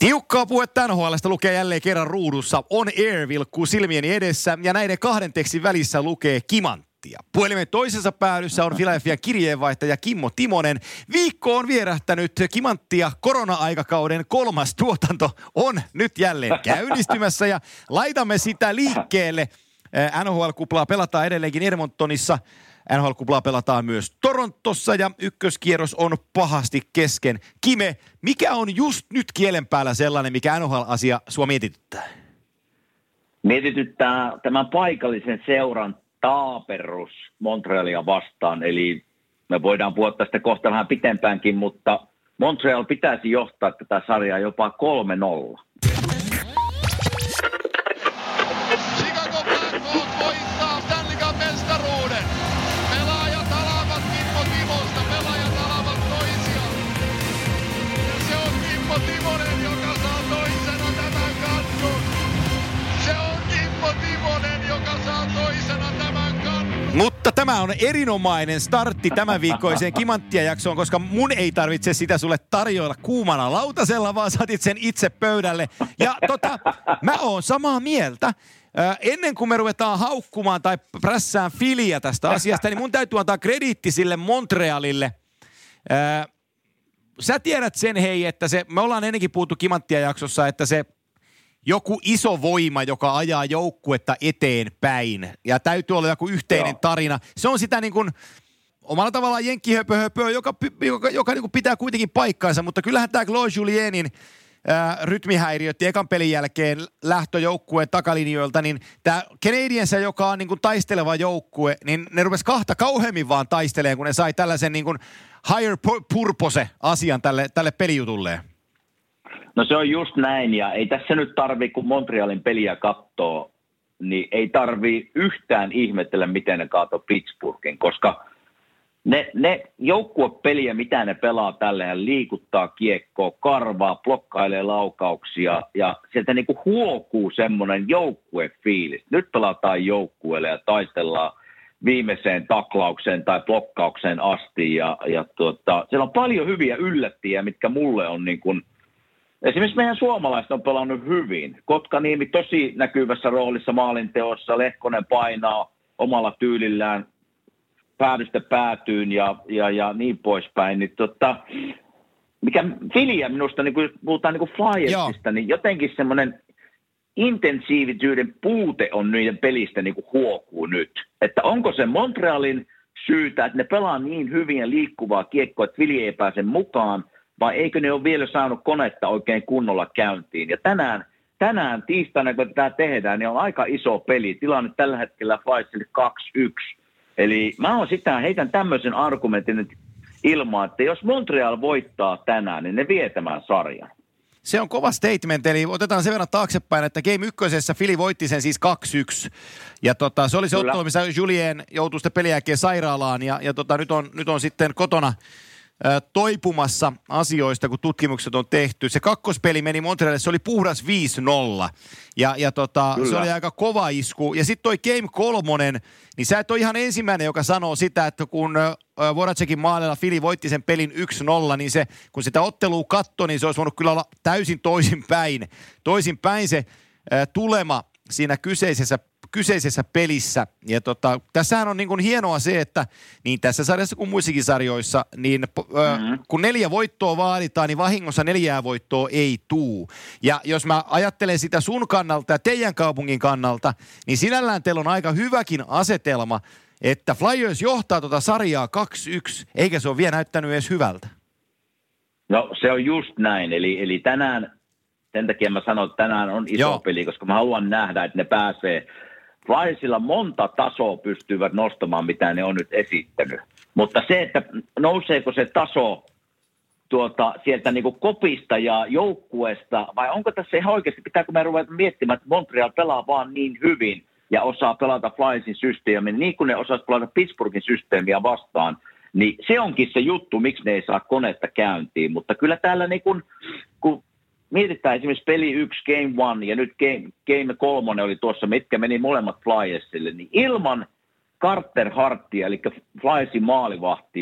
Tiukkaa puhetta NHL:stä lukee jälleen kerran ruudussa. On air vilkkuu silmieni edessä ja näiden kahden tekstin välissä lukee kimanttia. Puhelimen toisessa päädyssä on Philadelphian kirjeenvaihtaja Kimmo Timonen. Viikko on vierähtänyt kimanttia. Korona-aikakauden 3. tuotanto on nyt jälleen käynnistymässä ja laitamme sitä liikkeelle. NHL-kuplaa pelataan edelleenkin Edmontonissa. NHL-kuplaa pelataan myös Torontossa ja ykköskierros on pahasti kesken. Kime, mikä on just nyt kielen päällä sellainen, mikä NHL-asia sua mietityttää? Mietityttää tämän paikallisen seuran taaperrus Montrealia vastaan. Eli me voidaan puhua tästä kohta vähän pitempäänkin, mutta Montreal pitäisi johtaa tätä sarjaa jopa 3-0. Mutta tämä on erinomainen startti tämän viikkoiseen Kimanttia-jaksoon, koska mun ei tarvitse sitä sulle tarjoilla kuumana lautasella, vaan saatit sen itse pöydälle. Ja mä oon samaa mieltä. Ennen kuin me ruvetaan haukkumaan tai prässään Filiä tästä asiasta, niin mun täytyy antaa krediitti sille Montrealille. Sä tiedät sen, hei, että me ollaan ennenkin puhuttu Kimanttia-jaksossa, että se joku iso voima, joka ajaa joukkuetta eteenpäin. Ja täytyy olla joku yhteinen tarina. Se on sitä niin kuin omalla tavallaan jenkkihöpöhöpöä, joka niin kuin pitää kuitenkin paikkaansa. Mutta kyllähän tämä Claude Julienin rytmihäiriöt ekan pelin jälkeen lähtöjoukkueen takalinjoilta, niin tämä Canadiens, joka on niin kuin taisteleva joukkue, niin ne rupesi kahta kauheammin vaan taistelemaan, kun ne sai tällaisen niin kuin higher purpose-asian tälle pelijutulleen. No se on just näin, ja ei tässä nyt kun Montrealin peliä katsoo, niin ei tarvii yhtään ihmetellä, miten ne kaatoi Pittsburghin, koska ne joukkuepeliä, mitä ne pelaa tälleen, liikuttaa kiekkoa, karvaa, blokkailee laukauksia, ja sieltä niinku huokuu semmoinen joukkuefiilis. Nyt pelataan joukkueelle ja taistellaan viimeiseen taklaukseen tai blokkaukseen asti, ja siellä on paljon hyviä yllättiä, mitkä mulle on niin kuin. Esimerkiksi meidän suomalaiset on pelannut hyvin. Kotkaniemi tosi näkyvässä roolissa maalinteossa. Lehkonen painaa omalla tyylillään päädystä päätyyn ja niin poispäin. Niin mikä Filiä minusta, niin kun puhutaan niin Flyersista, niin jotenkin semmoinen intensiivisyyden puute on niiden pelistä niin kuin huokuu nyt. Että onko se Montrealin syytä, että ne pelaa niin hyvin ja liikkuvaa kiekkoa, että Fili ei pääse mukaan, vai eikö ne ole vielä saanut konetta oikein kunnolla käyntiin. Ja tänään tiistaina, kun tämä tehdään, niin on aika iso peli. Tilanne tällä hetkellä Flyersille 2-1. Eli mä heitän tämmöisen argumentin nyt ilmaan, että jos Montreal voittaa tänään, niin ne vie tämän sarjan. Se on kova statement, eli otetaan sen verran taaksepäin, että Game 1. Philly voitti sen siis 2-1. Ja se oli se ottelu, missä Julien joutui sitten pelin jälkeen sairaalaan, ja nyt on sitten kotona toipumassa asioista, kun tutkimukset on tehty. Se kakkospeli meni Montrealille, se oli puhdas 5-0. Ja se oli aika kova isku. Ja sitten toi Game 3, niin sä et ole ihan ensimmäinen, joka sanoo sitä, että kun Voracekin maalilla Philly voitti sen pelin 1-0, niin kun sitä ottelua katsoi, niin se olisi voinut kyllä olla täysin toisinpäin se tulema siinä kyseisessä pelissä. Ja tässähän on niin kuin hienoa se, että niin tässä sarjassa kuin muissakin sarjoissa, niin kun 4 voittoa vaaditaan, niin vahingossa 4 voittoa ei tuu. Ja jos mä ajattelen sitä sun kannalta ja teidän kaupungin kannalta, niin sinällään teillä on aika hyväkin asetelma, että Flyers johtaa sarjaa 2-1, eikä se ole vielä näyttänyt edes hyvältä. No se on just näin, eli tänään, sen takia mä sanon, että tänään on iso peli, koska mä haluan nähdä, että ne pääsee. Flyersilla monta tasoa pystyvät nostamaan, mitä ne on nyt esittänyt. Mutta se, että nouseeko se taso sieltä niin kuin kopista ja joukkueesta, vai onko tässä ihan oikeasti, pitääkö me ruveta miettimään, että Montreal pelaa vaan niin hyvin ja osaa pelata Flyersin systeemiä, niin kuin ne osaisi pelata Pittsburghin systeemiä vastaan, niin se onkin se juttu, miksi ne ei saa konetta käyntiin. Mutta kyllä täällä niin kun mietitään esimerkiksi peli 1, Game 1 ja nyt Game 3 oli tuossa, mitkä meni molemmat Flyersille, niin ilman Carter Hartia, eli Flyersin maalivahtia,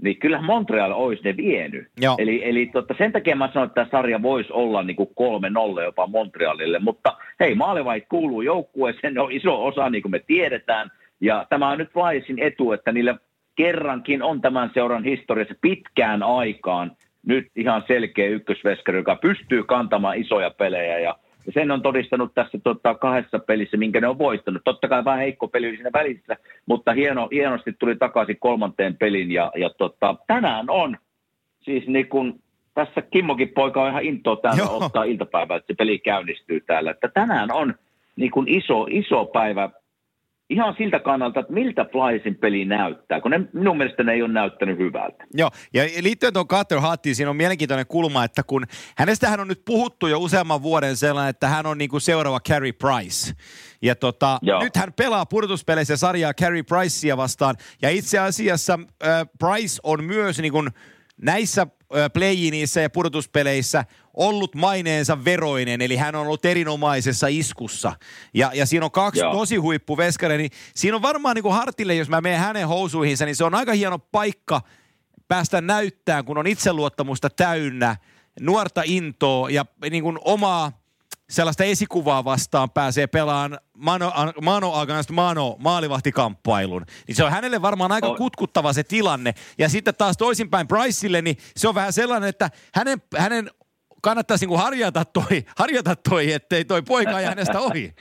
niin kyllähän Montreal olisi ne vienyt. Joo. Eli sen takia mä sanon, että tämä sarja voisi olla niin kuin 3-0 jopa Montrealille, mutta hei, maalivahit kuuluu joukkueeseen, ne on iso osa, niin kuin me tiedetään, ja tämä on nyt Flyersin etu, että niillä kerrankin on tämän seuran historiassa pitkään aikaan nyt ihan selkeä ykkösveskari, joka pystyy kantamaan isoja pelejä, ja sen on todistanut tässä 2 pelissä, minkä ne on voittanut. Totta kai vähän heikko peli oli siinä välissä, mutta hienosti tuli takaisin 3. pelin. Ja tänään on, siis niin kun, tässä Kimmokin poika on ihan intoa täällä ottaa iltapäivää, että se peli käynnistyy täällä. Että tänään on niin kun iso päivä ihan siltä kannalta, että miltä Flyersin peli näyttää, kun minun mielestä ne ei ole näyttänyt hyvältä. Joo, ja liittyen tuon Carter Huttiin, siinä on mielenkiintoinen kulma, että kun hänestähän on nyt puhuttu jo useamman vuoden sellainen, että hän on niinku seuraava Carey Price. Ja nyt hän pelaa pudotuspeleissä sarjaa Carey Pricea vastaan, ja itse asiassa Price on myös niinku näissä play-inissä ja pudotuspeleissä ollut maineensa veroinen, eli hän on ollut erinomaisessa iskussa. Ja siinä on 2 tosi huippuveskareja, niin siinä on varmaan niin kuin Hartille, jos mä menen hänen housuihinsa, niin se on aika hieno paikka päästä näyttämään, kun on itseluottamusta täynnä, nuorta intoa ja niin kuin omaa sellaista esikuvaa vastaan pääsee pelaamaan mano against mano maalivahtikamppailun. Niin se on hänelle varmaan aika kutkuttava se tilanne. Ja sitten taas toisinpäin Priceille, niin se on vähän sellainen, että hänen kannattaisi niin harjata toi, ettei toi poika aja hänestä ohi.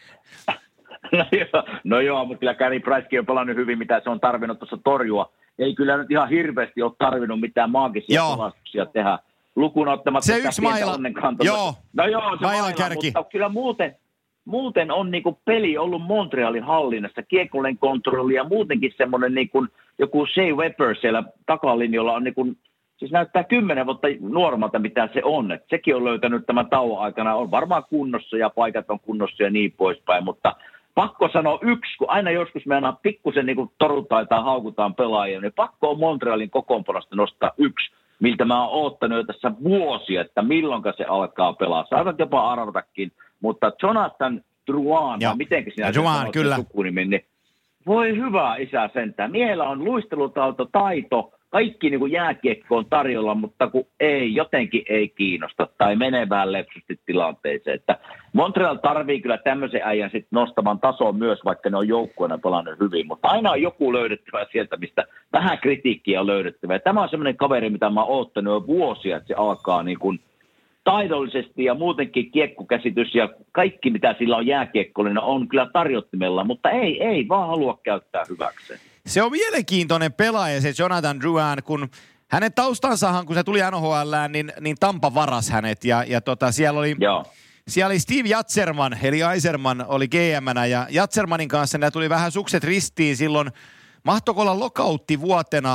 No joo, mutta kyllä Carey Pricekin on pelannut hyvin, mitä se on tarvinnut tuossa torjua. Ei kyllä nyt ihan hirveästi ole tarvinnut mitään maagisia pelastuksia tehdä. Lukuun ottamatta se yksi maila. Joo. No joo, se mailan kärki. Mutta kyllä muuten on niinku peli ollut Montrealin hallinnassa, kiekolleen kontrolli ja muutenkin semmoinen niinku joku Shea Weber siellä takalinjalla on niinku, siis näyttää 10 vuotta nuoremmalta mitä se on. Et sekin on löytänyt tämän tauon aikana, on varmaan kunnossa ja paikat on kunnossa ja niin poispäin, mutta pakko sanoa yksi, kun aina joskus me aina pikkusen niinku torutaan tai haukutaan pelaajia, niin pakko on Montrealin kokoonpanosta nostaa yksi, miltä mä oon oottanut jo tässä vuosia, että milloinka se alkaa pelaa. Saatat jopa arvatakin, mutta Jonathan Drouin, mitenkä sinä sanot sen sukunimen, niin voi hyvä isä sentään. Miehellä on taito, kaikki niin kuin jääkiekko on tarjolla, mutta kun jotenkin ei kiinnosta tai menee vähän lepsusti tilanteeseen. Että Montreal tarvii kyllä tämmöisen äijän sitten nostavan tason myös, vaikka ne on joukkueena pelannut hyvin, mutta aina on joku löydettävä sieltä, mistä vähän kritiikkiä on löydettävä. Ja tämä on semmoinen kaveri, mitä mä oon oottanut jo vuosia, että se alkaa niin kuin taidollisesti ja muutenkin kiekkokäsitys ja kaikki, mitä sillä on jääkiekkollinen, on kyllä tarjottimella, mutta ei vaan halua käyttää hyväkseen. Se on mielenkiintoinen pelaaja se Jonathan Drouin, kun hänen taustansahan, kun se tuli NHL:ään, niin Tampa varas hänet ja siellä oli Steve Yzerman, eli Yzerman oli GM:nä ja Yzermanin kanssa ne tuli vähän sukset ristiin silloin. Mahtoiko olla lockout-vuotena,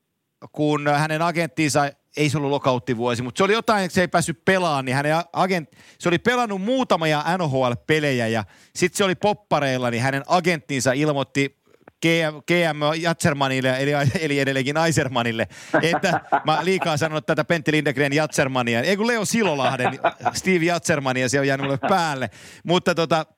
kun hänen agenttinsa, ei se ollut lockout-vuosi, mutta se oli jotain, että se ei päässyt pelaamaan, niin se oli pelannut muutamia NHL-pelejä ja sitten se oli poppareilla, niin hänen agenttinsa ilmoitti GM Yzermanille, eli edelleenkin Yzermanille, että mä liikaa sanonut tätä Pentti Lindegren Yzermania, ei kun Leo Silolahden Steve Yzermania, se on jäänyt mulle päälle, mutta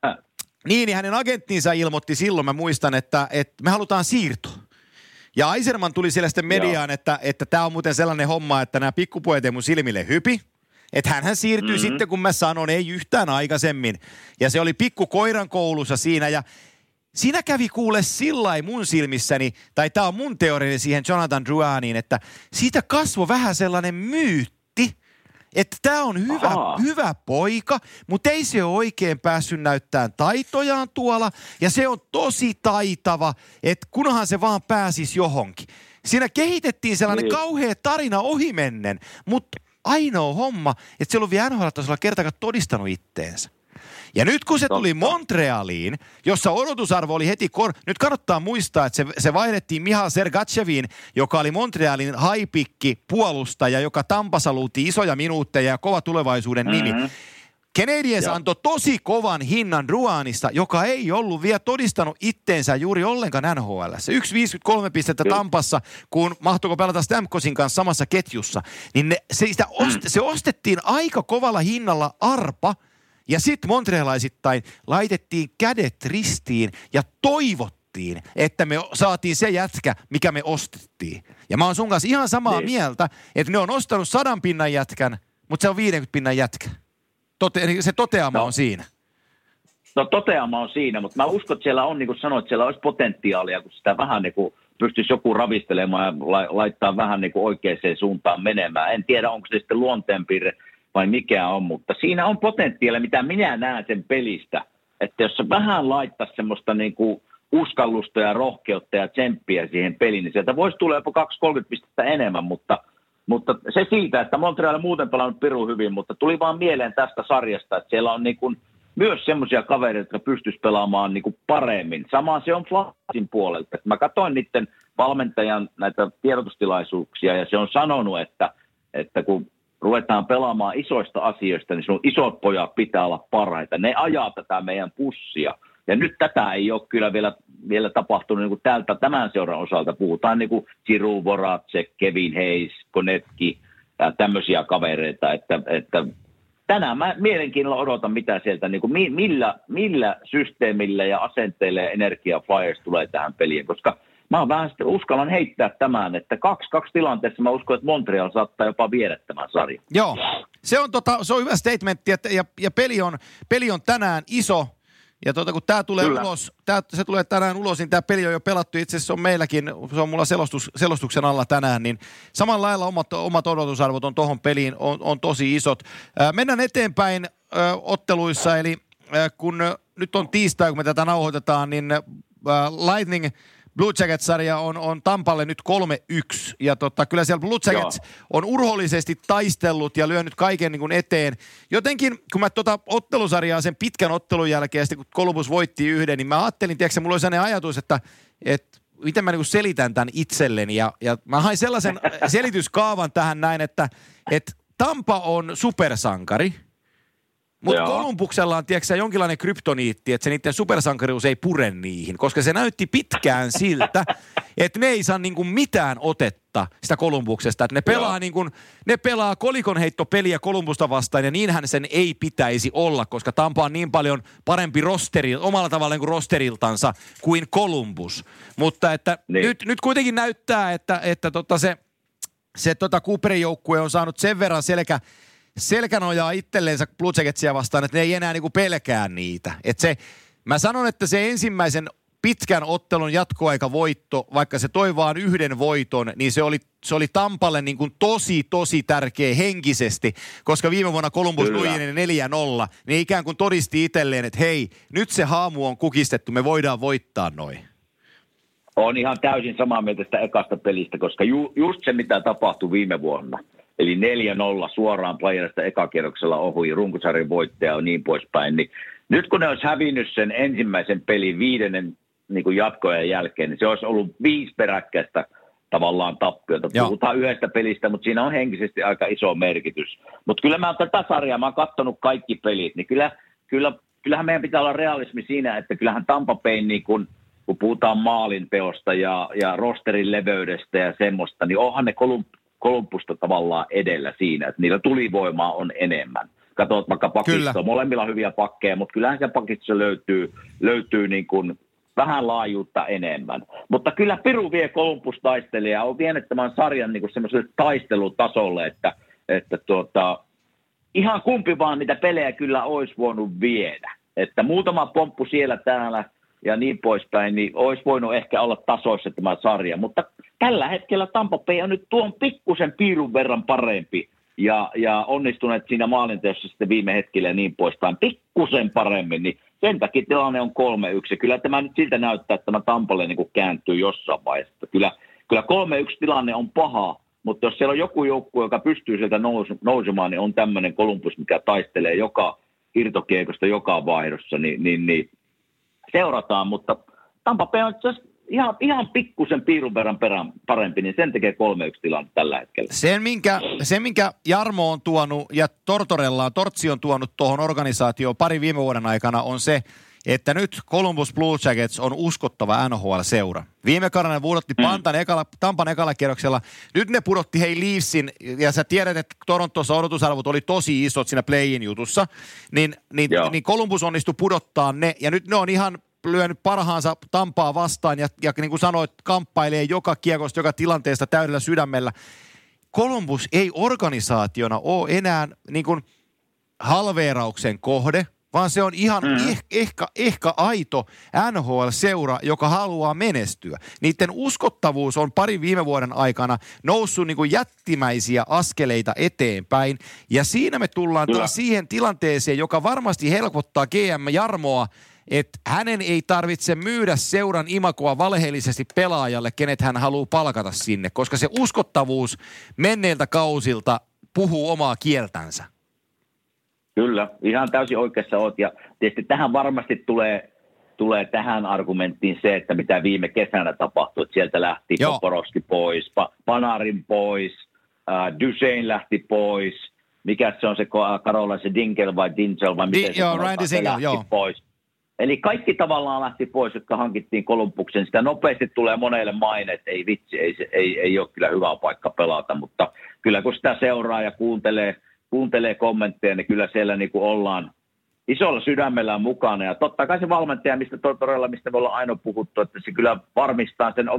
niin hänen agenttinsa ilmoitti silloin, mä muistan, että me halutaan siirto. Ja Yzerman tuli siellä sitten mediaan, että tämä on muuten sellainen homma, että nämä pikkupojat ei mun silmille hypi. Että hänhän siirtyi sitten, kun mä sanon, ei yhtään aikaisemmin. Ja se oli pikku koiran koulussa siinä ja siinä kävi kuule sillai mun silmissäni, tai tää on mun teoriani siihen Jonathan Drouiniin, että siitä kasvoi vähän sellainen myytti, että tää on hyvä poika, mutta ei se ole oikein päässyt näyttämään taitojaan tuolla, ja se on tosi taitava, että kunhan se vaan pääsisi johonkin. Siinä kehitettiin sellainen kauhea tarina ohimennen, mutta ainoa homma, että se on vielä NHL-tasolla kertakaan todistanut itteensä. Ja nyt kun se tuli Montrealiin, jossa odotusarvo oli heti nyt kannattaa muistaa, että se vaihdettiin Mihail Sergacheviin, joka oli Montrealin haipikki puolustaja, joka Tampassa luutti isoja minuutteja ja kova tulevaisuuden nimi. Canadiens antoi tosi kovan hinnan Drouinista, joka ei ollut vielä todistanut itteensä juuri ollenkaan NHL:ssä. 1,53 pistettä Tampassa, kun mahtoiko pelata Stamkosin kanssa samassa ketjussa. Niin se ostettiin aika kovalla hinnalla arpa, ja sitten montrealaisittain laitettiin kädet ristiin ja toivottiin, odottiin, että me saatiin se jätkä, mikä me ostettiin. Ja mä oon sun kanssa ihan samaa mieltä, että ne on ostanut 100 pinnan jätkän, mutta se on 50 pinnan jätkä. Se toteama on siinä. No toteama on siinä, mutta mä uskon, että siellä on, niin kuin sanoit, siellä olisi potentiaalia, kun sitä vähän niin kuin pystyisi joku ravistelemaan ja laittaa vähän niin kuin oikeaan suuntaan menemään. En tiedä, onko se sitten luonteenpiirre vai mikä on, mutta siinä on potentiaalia, mitä minä näen sen pelistä. Että jos se vähän laittaisi semmoista niin kuin uskallusta ja rohkeutta ja tsemppiä siihen peliin, niin sieltä voisi tulla jopa 2-30 pistettä enemmän, mutta se siitä, että Montreal on muuten pelannut pirun hyvin, mutta tuli vaan mieleen tästä sarjasta, että siellä on niin kuin myös semmoisia kavereita, jotka pystyisivät pelaamaan niin kuin paremmin. Sama se on Flyersin puolelta. Mä katsoin niiden valmentajan näitä tiedotustilaisuuksia ja se on sanonut, että kun ruvetaan pelaamaan isoista asioista, niin sun isot pojat pitää olla parhaita. Ne ajaa tätä meidän pussia. Ja nyt tätä ei ole kyllä vielä tapahtunut niin kuin tämän seuran osalta. Puhutaan niin kuin Giroux, Voracek, Kevin Hayes, Konecki ja tämmöisiä kavereita, että tänään mä mielenkiinnolla odotan, mitä sieltä, niin kuin millä systeemillä ja asenteilla ja energia Flyers tulee tähän peliin, koska mä oon vähän sitten uskallan heittää tämän, että 2-2 tilanteessa mä uskon, että Montreal saattaa jopa viedä tämän sarjan. Joo, se on hyvä statementti, että ja peli on tänään iso, ja kun tämä tulee ulos, se tulee tänään ulos, niin tämä peli on jo pelattu, itse asiassa se on meilläkin, se on mulla selostuksen alla tänään, niin samalla lailla omat odotusarvot on tuohon peliin, on tosi isot. Mennään eteenpäin otteluissa, eli kun nyt on tiistai, kun me tätä nauhoitetaan, niin Lightning Blue Jackets-sarja on Tampalle nyt 3-1, ja kyllä siellä Blue Jackets on urhoollisesti taistellut ja lyönyt kaiken niin kuin eteen. Jotenkin, kun mä ottelusarjaa sen pitkän ottelun jälkeen, sitten kun Columbus voitti yhden, niin mä ajattelin, tiedätkö, mulla oli sellainen ajatus, että miten mä niin kuin selitän tämän itselleni, ja mä hain sellaisen selityskaavan tähän näin, että Tampa on supersankari, mutta Columbuksella on, tiedätkö, jonkinlainen kryptoniitti, että se niiden supersankarius ei pure niihin, koska se näytti pitkään siltä, että ne ei saa niinku mitään otetta sitä Columbuksesta. Että ne pelaa kolikonheittopeliä Columbusta vastaan, ja niinhän sen ei pitäisi olla, koska Tampa on niin paljon parempi rosteri, omalla tavalla niin kuin rosteriltansa kuin Columbus. Mutta että nyt kuitenkin näyttää, että se Cooperin joukkue on saanut sen verran selkänojaa itselleensä Blue Jacketsia vastaan, että ne ei enää niinku pelkää niitä. Mä sanon, että se ensimmäisen pitkän ottelun jatkoaikavoitto, vaikka se toi vaan yhden voiton, niin se oli Tampalle niin kuin tosi tärkeä henkisesti, koska viime vuonna Columbus lui 4-0, niin ikään kuin todisti itselleen, että hei, nyt se haamu on kukistettu, me voidaan voittaa noin. On ihan täysin samaa mieltä sitä ekasta pelistä, koska just se, mitä tapahtui viime vuonna, eli 4-0 suoraan Playerista ekakierroksella ohui, runkosarjan voittaja ja niin poispäin, niin nyt kun ne olisi hävinnyt sen ensimmäisen pelin 5. niin kuin jatkojen jälkeen, niin se olisi ollut 5 peräkkäistä tavallaan tappiota. Puhutaan yhdestä pelistä, mutta siinä on henkisesti aika iso merkitys. Mutta kyllä mä tätä sarjaa, mä oon katsonut kaikki pelit, niin kyllähän meidän pitää olla realismi siinä, että kyllähän Tampa Bayn, niin kun puhutaan maalinteosta ja rosterin leveydestä ja semmoista, niin onhan ne Columbusta tavallaan edellä siinä, että niillä tulivoimaa on enemmän. Katsot vaikka pakistoa, molemmilla on hyviä pakkeja, mutta kyllähän se pakissa löytyy niin kuin vähän laajuutta enemmän. Mutta kyllä Piru vie Columbus taistelee ja on vienyt tämän sarjan niin kuin semmoiselle taistelutasolle, että ihan kumpi vaan niitä pelejä kyllä olisi voinut viedä. Että muutama pomppu siellä täällä ja niin poispäin, niin olisi voinut ehkä olla tasoissa tämä sarja. Mutta tällä hetkellä Tampa Bay on nyt tuon pikkusen piirun verran parempi ja onnistuneet siinä maalinteossa sitten viime hetkellä ja niin poispäin pikkusen paremmin, niin sen takia tilanne on 3-1. Kyllä tämä nyt siltä näyttää, että tämä Tampalle niin kuin kääntyy jossain vaiheessa. Kyllä 3-1 tilanne on paha, mutta jos siellä on joku joukkue, joka pystyy sieltä nousemaan, niin on tämmöinen Columbus, mikä taistelee joka irtokiekosta joka vaihdossa, niin seurataan, mutta Tampa Bay on ihan pikkusen piirun verran parempi, niin sen tekee 3-1 tilanne tällä hetkellä. Se, minkä Jarmo on tuonut ja Tortsi on tuonut tuohon organisaatioon pari viime vuoden aikana, on se, että nyt Columbus Blue Jackets on uskottava NHL-seura. Viime kaudella ne pudotti Tampan ekalla kierroksella. Nyt ne pudotti Leafsin, ja sä tiedät, että Torontossa odotusarvot oli tosi isot siinä play-in jutussa. Niin Columbus onnistui pudottaa ne, ja nyt ne on ihan lyönyt parhaansa Tampaa vastaan ja niin kuin sanoit, kamppailee joka kiekosta, joka tilanteesta täydellä sydämellä. Columbus ei organisaationa ole enää niin kuin halveerauksen kohde, vaan se on ihan ehkä aito NHL-seura, joka haluaa menestyä. Niiden uskottavuus on parin viime vuoden aikana noussut niin kuin jättimäisiä askeleita eteenpäin. Ja siinä me tullaan taas siihen tilanteeseen, joka varmasti helpottaa GM Jarmoa, että hänen ei tarvitse myydä seuran imagoa valheellisesti pelaajalle, kenet hän haluaa palkata sinne, koska se uskottavuus menneiltä kausilta puhuu omaa kieltänsä. Kyllä, ihan täysin oikeassa oot. Ja tietysti tähän varmasti tulee tähän argumenttiin se, että mitä viime kesänä tapahtui. Että sieltä lähti Poporowski pois, Panarin pois, Duchesne lähti pois. Mikä se on se Karola, se Dinkel vai Dinsel vai miten se lähti pois. Eli kaikki tavallaan lähti pois, jotka hankittiin Columbuksen. Sitä nopeasti tulee monelle maine, että ei vitsi, ei ole kyllä hyvä paikka pelata. Mutta kyllä kun sitä seuraa ja kuuntelee kommentteja, niin kyllä siellä niin kuin ollaan isolla sydämellä mukana. Ja totta kai se valmentaja, mistä me ollaan aina puhuttu, että se kyllä varmistaa sen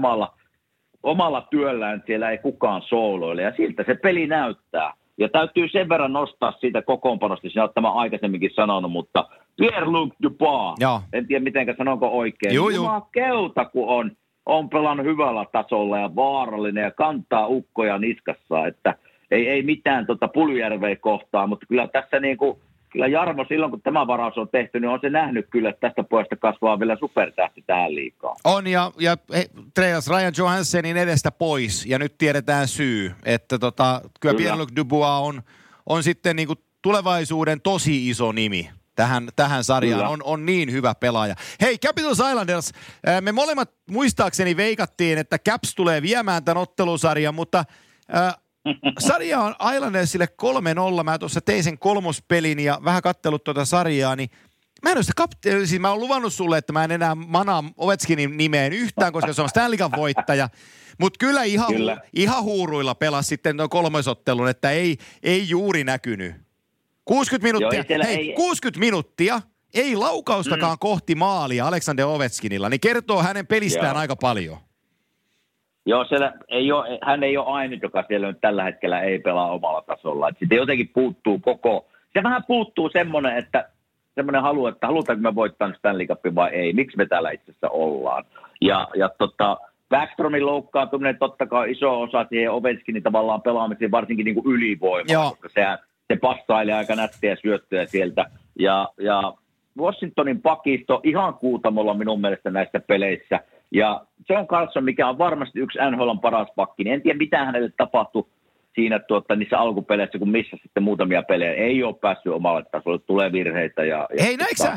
omalla työllään, että siellä ei kukaan sooloile. Ja siltä se peli näyttää. Ja täytyy sen verran nostaa siitä kokoonpanosta, sinä olet tämän aikaisemminkin sanonut, mutta Pierre-Luc Dubois, en tiedä mitenkä sanonko oikein, keuta kun on pelannut hyvällä tasolla ja vaarallinen ja kantaa ukkoja niskassa, että ei mitään Puljujärveä kohtaa, mutta kyllä tässä kyllä Jarmo silloin, kun tämä varaus on tehty, niin on se nähnyt kyllä, että tästä pojasta kasvaa vielä supertähti tähän liigaan. On, ja treilas Ryan Johanssenin edestä pois, ja nyt tiedetään syy, että kyllä Pierre-Luc Dubois on sitten niin kuin tulevaisuuden tosi iso nimi tähän sarjaan. On niin hyvä pelaaja. Hei, Capitals Islanders, me molemmat muistaakseni veikattiin, että Caps tulee viemään tämän ottelusarjan, mutta sarja on Islandersille 3-0. Mä tuossa tein sen kolmospelin ja vähän kattellut tuota sarjaa, niin mä oon luvannut sulle, että mä en enää manaa Ovechkinin nimeen yhtään, koska se on Stanley Cup -voittaja. Mutta kyllä ihan huuruilla pelasi sitten tuon kolmosottelun, että ei juuri näkynyt. 60 minuuttia, 60 minuuttia, ei laukaustakaan kohti maalia Alexander Ovechkinilla, niin kertoo hänen pelistään aika paljon. Joo, hän ei ole ainut, joka siellä nyt tällä hetkellä ei pelaa omalla tasolla. Sitten jotenkin puuttuu se vähän puuttuu semmoinen halu, että halutaanko me voittaa Stanley Cupin vai ei. Miksi me täällä itse asiassa ollaan. Ja Backstromin loukkaantuminen totta kai iso osa siihen Ovechkinin tavallaan pelaamiseen, varsinkin niin kuin ylivoimaa, koska se passailee aika nättiä syöttöjä sieltä. Ja Washingtonin pakisto ihan kuutamolla minun mielestä näissä peleissä. Ja John Carlson, mikä on varmasti yksi NHL:n paras pakki, niin en tiedä mitä hänelle tapahtui siinä niissä alkupeleissä, kun missä sitten muutamia pelejä ei ole päässyt omalle tasolle, tulee virheitä. Hei,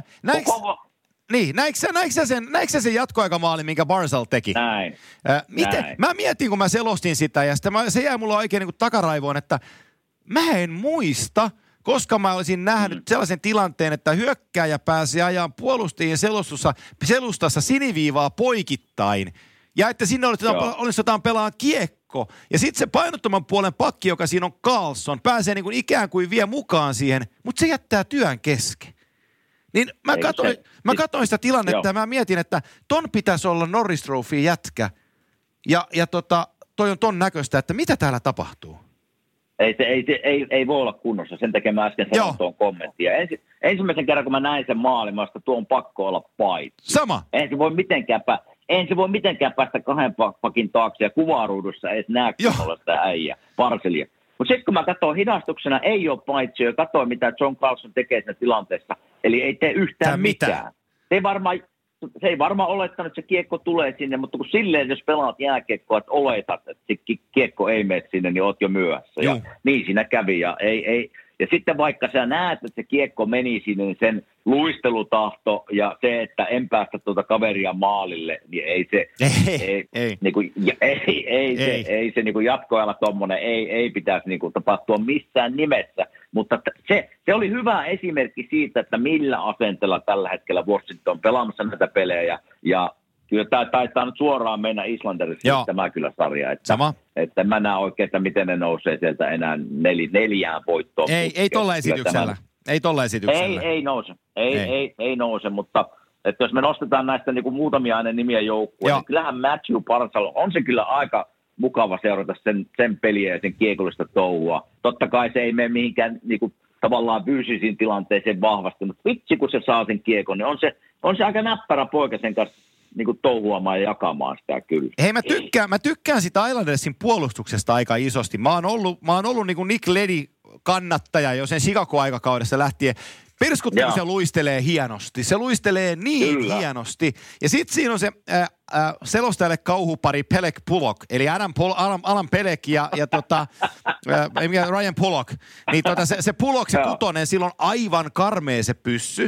näikö sä sen jatkoaikamaali, minkä Barzal teki? Näin. Mä mietin, kun mä selostin sitä, ja se jäi mulla oikein niin kuin takaraivoon, että mä en muista, koska mä olisin nähnyt sellaisen tilanteen, että hyökkääjä pääsi ajan puolustajien selustassa siniviivaa poikittain. Ja että sinne onnistutaan pelaamaan kiekko. Ja sitten se painottoman puolen pakki, joka siinä on Carlson, pääsee niin kuin ikään kuin vie mukaan siihen, mutta se jättää työn kesken. Niin mä katsoin sitä tilannetta ja mä mietin, että ton pitäisi olla Norris Trophy jätkä. Ja toi on ton näköistä, että mitä täällä tapahtuu? Ei voi olla kunnossa. Sen takia mä äsken sanoin tuon kommenttia. Ensimmäisen kerran, kun mä näin sen maalin, mä tuo on pakko olla paitsi. Sama. Ei se voi mitenkään päästä kahden pakin taakse ja kuvaruudussa edes näe, kun olla sitä äijä, Parselia. Mutta sitten kun mä katsoin hidastuksena, ei ole paitsi ja katsoin, mitä John Carlson tekee siinä tilanteessa. Eli ei tee yhtään mitään. Se ei varmaan olettanut, että se kiekko tulee sinne, mutta kun silleen, jos pelaat jääkiekkoa, että oletat, että se kiekko ei mene sinne, niin oot jo myöhässä. Ja niin siinä kävi. Ja sitten vaikka sä näet, että se kiekko meni sinne, niin sen luistelutahto ja se, että en päästä tuota kaveria maalille, niin ei se niin jatkoajalla tommonen, ei pitäisi niin tapahtua missään nimessä. Mutta se oli hyvä esimerkki siitä, että millä asenteella tällä hetkellä Washington on pelaamassa näitä pelejä. Ja kyllä tämä taitaa nyt suoraan mennä Islanderille tämä kyllä sarja. Että mä näen oikein, että miten ne nousee sieltä enää 4 voittoon. Ei tolla esityksellä. Ei tolla esityksellä. Ei nouse. Ei nouse, mutta Että jos me nostetaan näistä niin kuin muutamia aina nimiä joukkueen, niin kyllähän Matthew Barzal on se kyllä aika mukava seurata sen peliä ja sen kiekollista touhua. Totta kai se ei mene mihinkään niin kuin, tavallaan fyysisiin tilanteeseen vahvasti, mutta vitsi kun se saa sen kiekon, niin on se aika näppärä poika sen kanssa niin kuin touhuamaan ja jakamaan sitä kyllä. Hei, mä tykkään sitä Islandersin puolustuksesta aika isosti. Mä oon ollut niin kuin Nick Leddy kannattaja jo sen Chicago-aikakaudessa lähtien. Perskut se luistelee hienosti. Se luistelee niin kyllä. hienosti. Ja sitten siinä on se selostajalle kauhupari Pelech Pulock, eli Alan Pelech ja Ryan Pulock. Niin se Pulock, se kutonen, sillä on aivan karmea se pyssy.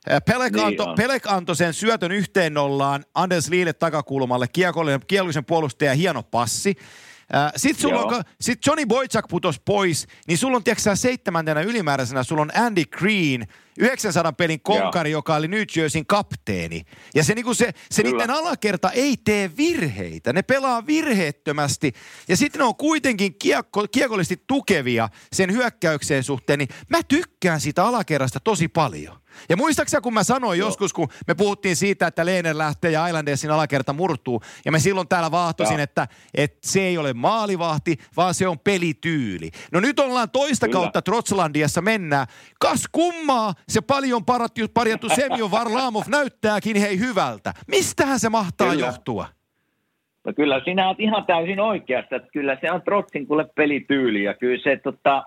Pelech antoi sen syötön 1-0 Anders Liille takakulmalle, kiekollisen puolustaja, hieno passi. Sitten Johnny Boychuk putosi pois, niin sulla on, tiedätkö 7. ylimääräisenä, sulla on Andy Green, 900 pelin konkari, joka oli New Jerseyn kapteeni. Ja se niiden alakerta ei tee virheitä, ne pelaa virheettömästi. Ja sitten ne on kuitenkin kiekollisesti tukevia sen hyökkäykseen suhteen, niin mä tykkään siitä alakerrasta tosi paljon. Ja muistaaksä, kun mä sanoin joskus, kun me puhuttiin siitä, että Lehner lähtee ja Islandersin alakerta murtuu, ja me silloin täällä vaahtosin, että se ei ole maalivahti, vaan se on pelityyli. No nyt ollaan toista kautta Trotslandiassa mennään. Kas kummaa, se paljon parjattu Semjon Varlamov näyttääkin hyvältä. Mistähän se mahtaa johtua? No kyllä sinä olet ihan täysin oikeassa, että kyllä se on Trotsin kuule pelityyli, ja kyllä se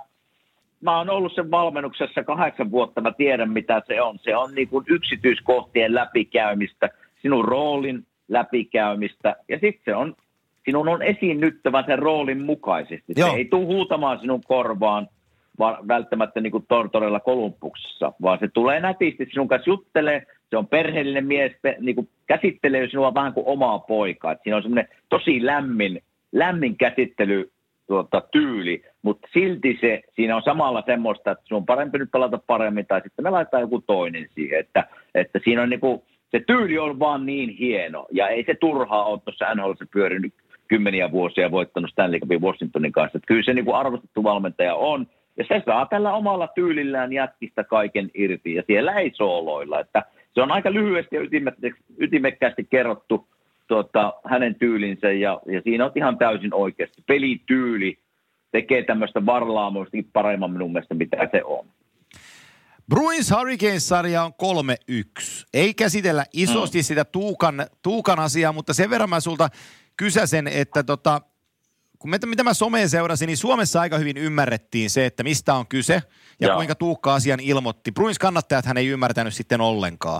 mä oon ollut sen valmennuksessa 8 vuotta, mä tiedän mitä se on. Se on niin kuin yksityiskohtien läpikäymistä, sinun roolin läpikäymistä ja sitten sinun on esiinnyttävä sen roolin mukaisesti. Se ei tule huutamaan sinun korvaan välttämättä niin kuin Tortorella Kolumbuksessa, vaan se tulee nätisti sinun kanssa juttelee, se on perheellinen mies, niin kuin käsittelee sinua vähän kuin omaa poikaa. Et siinä on semmoinen tosi lämmin käsittely tyyli, mutta silti siinä on samalla semmoista, että sun on parempi nyt pelata paremmin, tai sitten me laitetaan joku toinen siihen, että siinä on niinku, se tyyli on vaan niin hieno, ja ei se turhaa ole tuossa NHL:ssä pyörinyt 10 vuosia ja voittanut Stanley Cupin Washingtonin kanssa, että kyllä se niinku arvostettu valmentaja on, ja se saa tällä omalla tyylillään jätkistä kaiken irti, ja siellä ei sooloilla, että se on aika lyhyesti ja ytimekkäästi kerrottu hänen tyylinsä, ja siinä on ihan täysin oikeasti. Pelityyli tekee tämmöistä Varlaamoistakin paremman minun mielestä, mitä se on. Bruins Hurricanes-sarja on 3-1. Ei käsitellä isosti sitä Tuukan asiaa, mutta sen verran mä sulta kysäsen, että mitä mä someen seurasin, niin Suomessa aika hyvin ymmärrettiin se, että mistä on kyse ja kuinka Tuukka asian ilmoitti. Bruins-kannattajat hän ei ymmärtänyt sitten ollenkaan.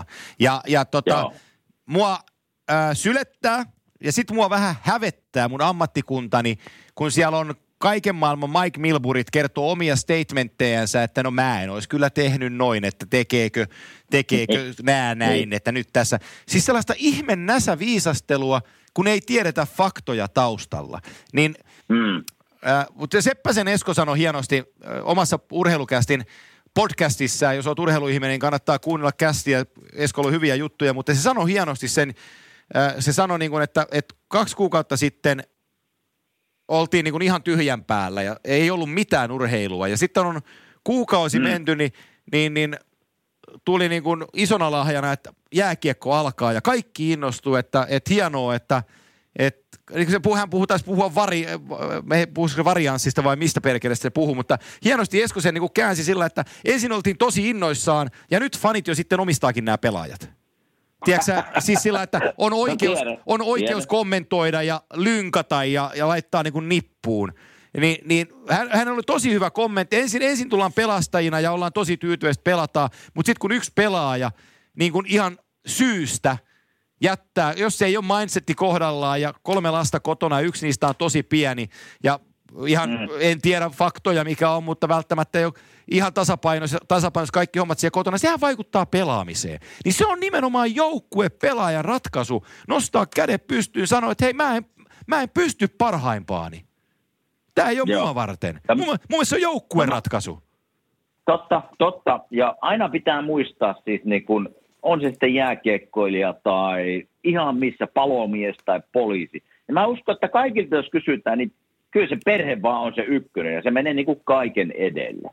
Mua sylettää ja sitten mua vähän hävettää mun ammattikuntani, kun siellä on kaiken maailman Mike Milburit kertoo omia statementtejänsä, että no mä en olisi kyllä tehnyt noin, että tekeekö nää näin, että nyt tässä. Siis sellaista näsäviisastelua, kun ei tiedetä faktoja taustalla. Niin, mutta Seppäsen Esko sanoi hienosti omassa urheilukästin podcastissa, jos olet urheiluihminen, niin kannattaa kuunnella kästiä. Eskolla on hyviä juttuja, mutta se sanoi hienosti sen, se sanoi niin kuin, että 2 kuukautta sitten oltiin niin kuin ihan tyhjän päällä ja ei ollut mitään urheilua. Ja sitten on kuukausi menty, niin tuli niin kuin isona lahjana, että jääkiekko alkaa ja kaikki innostuu, että hienoa, että hän taisi puhua varianssista vai mistä perkelestä se puhuu, mutta hienosti Esko sen niin kuin käänsi sillä, että ensin oltiin tosi innoissaan ja nyt fanit jo sitten omistaakin nämä pelaajat. Tiedätkö siis sillä, että on oikeus kommentoida ja lynkata ja laittaa niin kuin nippuun. Niin hän oli tosi hyvä kommentti. Ensin tullaan pelastajina ja ollaan tosi tyytyväistä pelataan, mutta sitten kun yksi pelaaja niin kuin ihan syystä jättää, jos se ei ole mindsetti kohdallaan ja 3 lasta kotona ja yksi niistä on tosi pieni ja ihan en tiedä faktoja mikä on, mutta välttämättä ei ole ihan tasapainossa kaikki hommat siellä kotona. Sehän vaikuttaa pelaamiseen. Niin se on nimenomaan pelaajan ratkaisu. Nostaa kädet pystyyn, sanoa, että hei mä en pysty parhaimpaani. Tämä ei ole mua varten. Mun mielestä se on joukkueen ratkaisu. Totta. Ja aina pitää muistaa siis niin kun on se sitten jääkiekkoilija tai ihan missä palomies tai poliisi. Ja mä uskon, että kaikilta jos kysytään, niin kyllä se perhe vaan on se ykkönen ja se menee niin kuin kaiken edellä.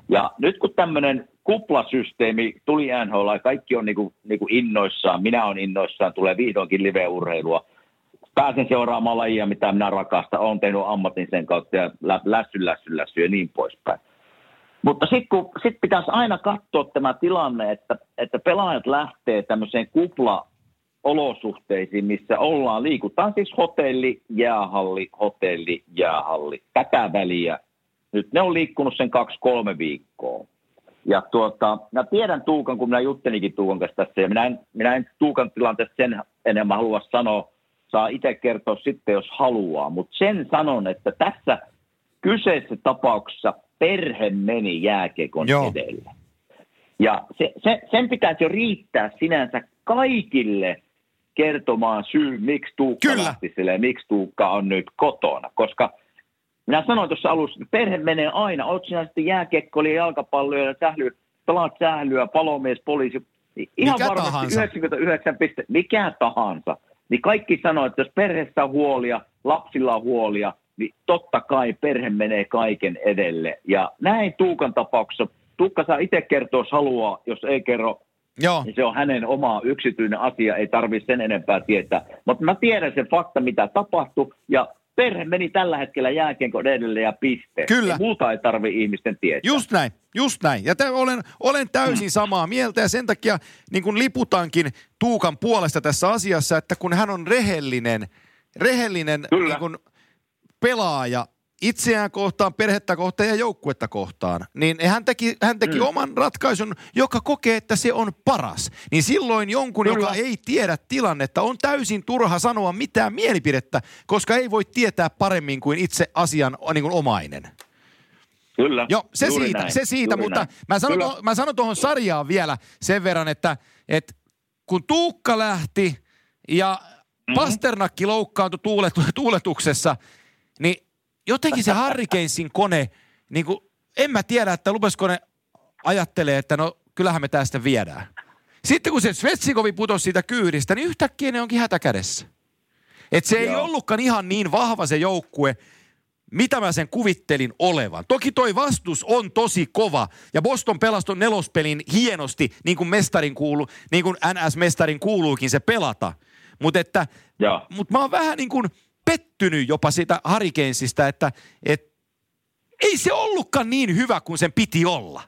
Ja nyt kun tämmöinen kuplasysteemi tuli NHL, kaikki on niinku innoissaan, minä olen innoissaan, tulee vihdoinkin live-urheilua. Pääsen seuraamaan lajia, mitä minä rakastan, olen tehnyt ammatin sen kautta ja lässy ja niin poispäin. Mutta sitten pitäisi aina katsoa tämä tilanne, että pelaajat lähtee tämmöiseen kupla-olosuhteisiin, missä liikutaan siis hotelli, jäähalli, tätä väliä. Nyt ne on liikkunut sen 2-3 viikkoa. Ja mä tiedän Tuukan, kun minä juttelikin Tuukan kanssa tässä, ja minä en Tuukan tilanteesta sen enemmän halua sanoa, saa itse kertoa sitten, jos haluaa. Mutta sen sanon, että tässä kyseisessä tapauksessa perhe meni jääkiekon edelle. Ja sen pitäisi jo riittää sinänsä kaikille kertomaan syy, miksi Tuukka lähti sille ja miksi Tuukka on nyt kotona. Koska minä sanoin tuossa alussa, että perhe menee aina. Olet sinä sitten jääkiekkoilija, jalkapalloja ja pelaat sählyä, palomies, poliisi. Ihan mikä varmasti tahansa. 99 mikä tahansa. Niin kaikki sanoo, että jos perheessä on huolia, lapsilla on huolia, niin totta kai perhe menee kaiken edelle. Ja näin Tuukan tapauksessa, Tuukka saa itse kertoa, jos haluaa, jos ei kerro, niin se on hänen oma yksityinen asia, ei tarvitse sen enempää tietää. Mutta mä tiedän sen fakta, mitä tapahtui, ja perhe meni tällä hetkellä jääkiekon edelle ja piste. Kyllä. Muuta ei tarvitse ihmisten tietää. Just näin. Ja olen täysin samaa mieltä, ja sen takia niin kun liputankin Tuukan puolesta tässä asiassa, että kun hän on rehellinen niin kun pelaaja itseään kohtaan, perhettä kohtaan ja joukkuetta kohtaan, niin hän teki oman ratkaisun, joka kokee, että se on paras. Niin silloin jonkun, joka ei tiedä tilannetta, on täysin turha sanoa mitään mielipidettä, koska ei voi tietää paremmin kuin itse asian niin kuin omainen. Kyllä. Joo, se siitä, mutta mä sanon tuohon sarjaan vielä sen verran, että kun Tuukka lähti ja Pasternakki loukkaantui tuuletuksessa, niin jotenkin se Hurricanesin kone, niin kuin, en mä tiedä, että Lubeskonen ajattelee, että no kyllähän me tästä viedään. Sitten kun se Svetsikovi putosi siitä kyydistä, niin yhtäkkiä ne onkin hätäkädessä. Että se ei ollutkaan ihan niin vahva se joukkue, mitä mä sen kuvittelin olevan. Toki toi vastus on tosi kova, ja Boston pelasi ton nelospelin hienosti, niin kuin NS-mestarin kuuluukin se pelata. Mutta mä oon vähän niin kuin pettynyt jopa sitä Hurricanesista, että ei se ollutkaan niin hyvä kuin sen piti olla.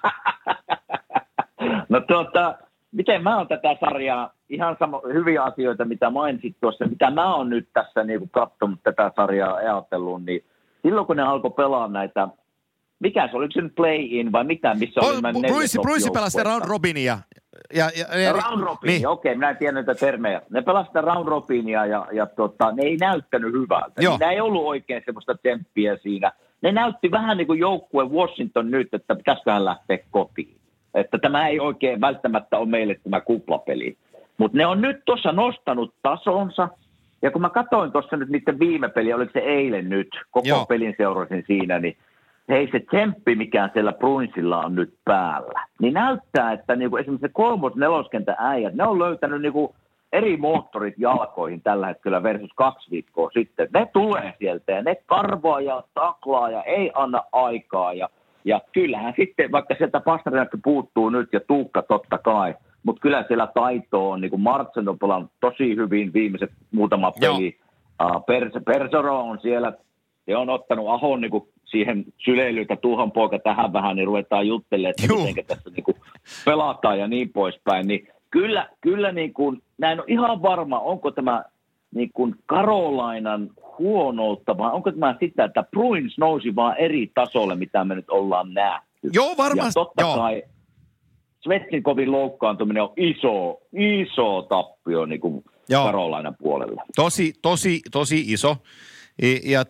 No miten mä oon tätä sarjaa, ihan hyviä asioita, mitä mainitsit tuossa, mitä mä oon nyt tässä niin katsonut tätä sarjaa ajatellut, niin silloin kun ne alkoi pelaa näitä, mikä se, oliko se nyt play-in vai mitä, missä oli nämä Bruce pelasi round robinia. Round robin, niin. Okei, minä en tiedä näitä termejä. Ne pelasivat round robinia ja ne ei näyttänyt hyvältä. Niin ei ollut oikein semmoista tsemppiä siinä. Ne näytti vähän niin kuin joukkue Washington nyt, että pitäisiköhän lähteä kotiin. Että tämä ei oikein välttämättä ole meille tämä kuplapeli. Mutta ne on nyt tuossa nostanut tasonsa. Ja kun mä katsoin tuossa nyt niiden viime peliä, oliko se eilen nyt, koko pelin seurasin siinä, niin hei, se tsemppi, mikä siellä Bruinsilla on nyt päällä, niin näyttää, että niinku esimerkiksi se 3-4 äijät, ne on löytänyt niinku eri moottorit jalkoihin tällä hetkellä versus 2 viikkoa sitten. Ne tulee sieltä ja ne karvaa ja taklaa ja ei anna aikaa. Ja kyllähän sitten, vaikka sieltä Pasternakki puuttuu nyt ja Tuukka totta kai, mutta kyllä siellä taito on, niin kuin Martsen on pelannut tosi hyvin viimeiset muutama peli. Persero on siellä, se on ottanut Ahon niin kuin siihen syleilyyn, että Tuuhan poika tähän vähän, niin ruvetaan juttelemaan, että miten tässä niin kuin pelataan ja niin poispäin. Niin kyllä niin kuin, näin on ihan varma, onko tämä niin kuin Carolinan huonoutta, vai onko tämä sitä, että Bruins nousi vaan eri tasolle, mitä me nyt ollaan nähty. Joo, varmasti. Ja totta kai Svetsikovin loukkaantuminen on iso tappio niin kuin Carolinan puolella. Tosi iso. Ja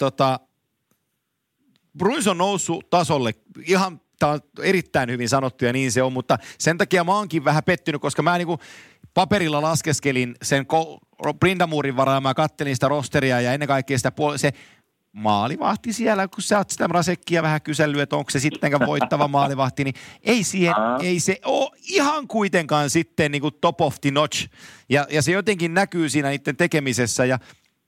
Bruins on noussut tasolle ihan, tämä on erittäin hyvin sanottu ja niin se on, mutta sen takia mä oonkin vähän pettynyt, koska mä niinku paperilla laskeskelin sen Brindamurin varaan, mä kattelin sitä rosteria ja ennen kaikkea sitä se maalivahti siellä, kun sä oot sitä Rasekkia vähän kysellyt, että onko se sittenkään voittava maalivahti, niin ei se ole ihan kuitenkaan sitten niin kuin top of the notch. Ja se jotenkin näkyy siinä niiden tekemisessä. Ja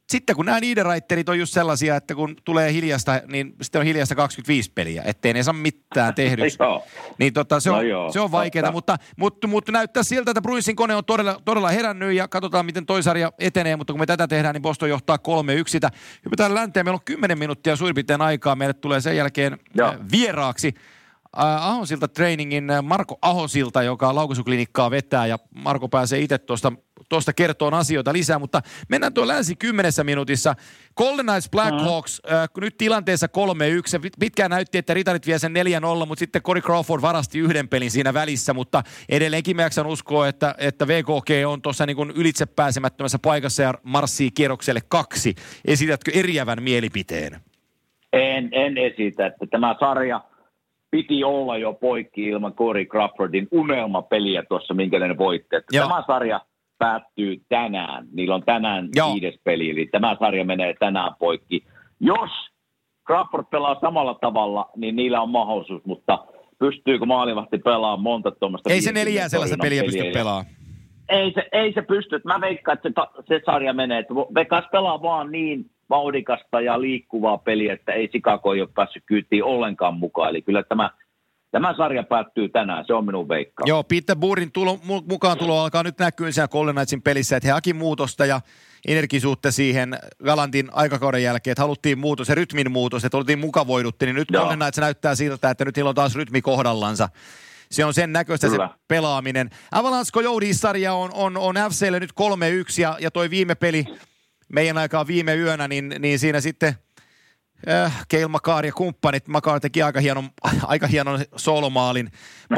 sitten kun nämä Niederreiterit on just sellaisia, että kun tulee hiljasta, niin sitten on hiljasta 25 peliä, ettei ne saa mitään tehdyksi. Niin se on vaikeaa, mutta näyttää siltä, että Bruinsin kone on todella herännyt ja katsotaan, miten toi sarja etenee, mutta kun me tätä tehdään, niin Boston johtaa 3-1. Hypätään länteen, meillä on 10 minuuttia suurin piirtein aikaa, meille tulee sen jälkeen vieraaksi Ahosilta trainingin Marko Ahosilta, joka laukaisuklinikkaa vetää, ja Marko pääsee itse tuosta kertoon asioita lisää, mutta mennään tuo länsi 10 minuutissa. Golden Knights Blackhawks, nyt tilanteessa 3-1, pitkään näytti, että Ritarit vie sen 4-0, mutta sitten Corey Crawford varasti yhden pelin siinä välissä, mutta edelleenkin mä jaksan uskoa, että VKG on tuossa niin kuin ylitse pääsemättömässä paikassa ja marssii kierrokselle 2. Esitätkö eriävän mielipiteen? En esitä, että tämä sarja piti olla jo poikki ilman Corey Crawfordin unelmapeliä tuossa, minkälainen voitti. Tämä sarja päättyy tänään. Niillä on tänään 5. peli, eli tämä sarja menee tänään poikki. Jos Crawford pelaa samalla tavalla, niin niillä on mahdollisuus, mutta pystyykö maalivahti pelaamaan monta tuommoista? Ei se 4 sellaista peliä pysty pelaamaan. Ei se pysty. Mä veikkaan, että se sarja menee. Vegas pelaa vaan niin vauhdikasta ja liikkuvaa peliä, että ei Chicago ole päässyt kyytiin ollenkaan mukaan. Eli kyllä tämä sarja päättyy tänään, se on minun veikkaus. Joo, Peter Boorin mukaan tulo alkaa nyt näkyä siellä Golden Knightsin pelissä, että he haki muutosta ja energisuutta siihen Galantin aikakauden jälkeen, että haluttiin muutos ja rytmin muutos, että oltiin mukavoidutti, niin nyt Golden Knights näyttää siltä, että nyt niillä on taas rytmi kohdallansa. Se on sen näköistä se pelaaminen. Avalanche Coyotes-sarja on FC:lle nyt 3-1 ja toi viime peli meidän aikaa viime yönä, niin siinä sitten Cale Makar ja kumppanit. Makar teki aika hienon solomaalin.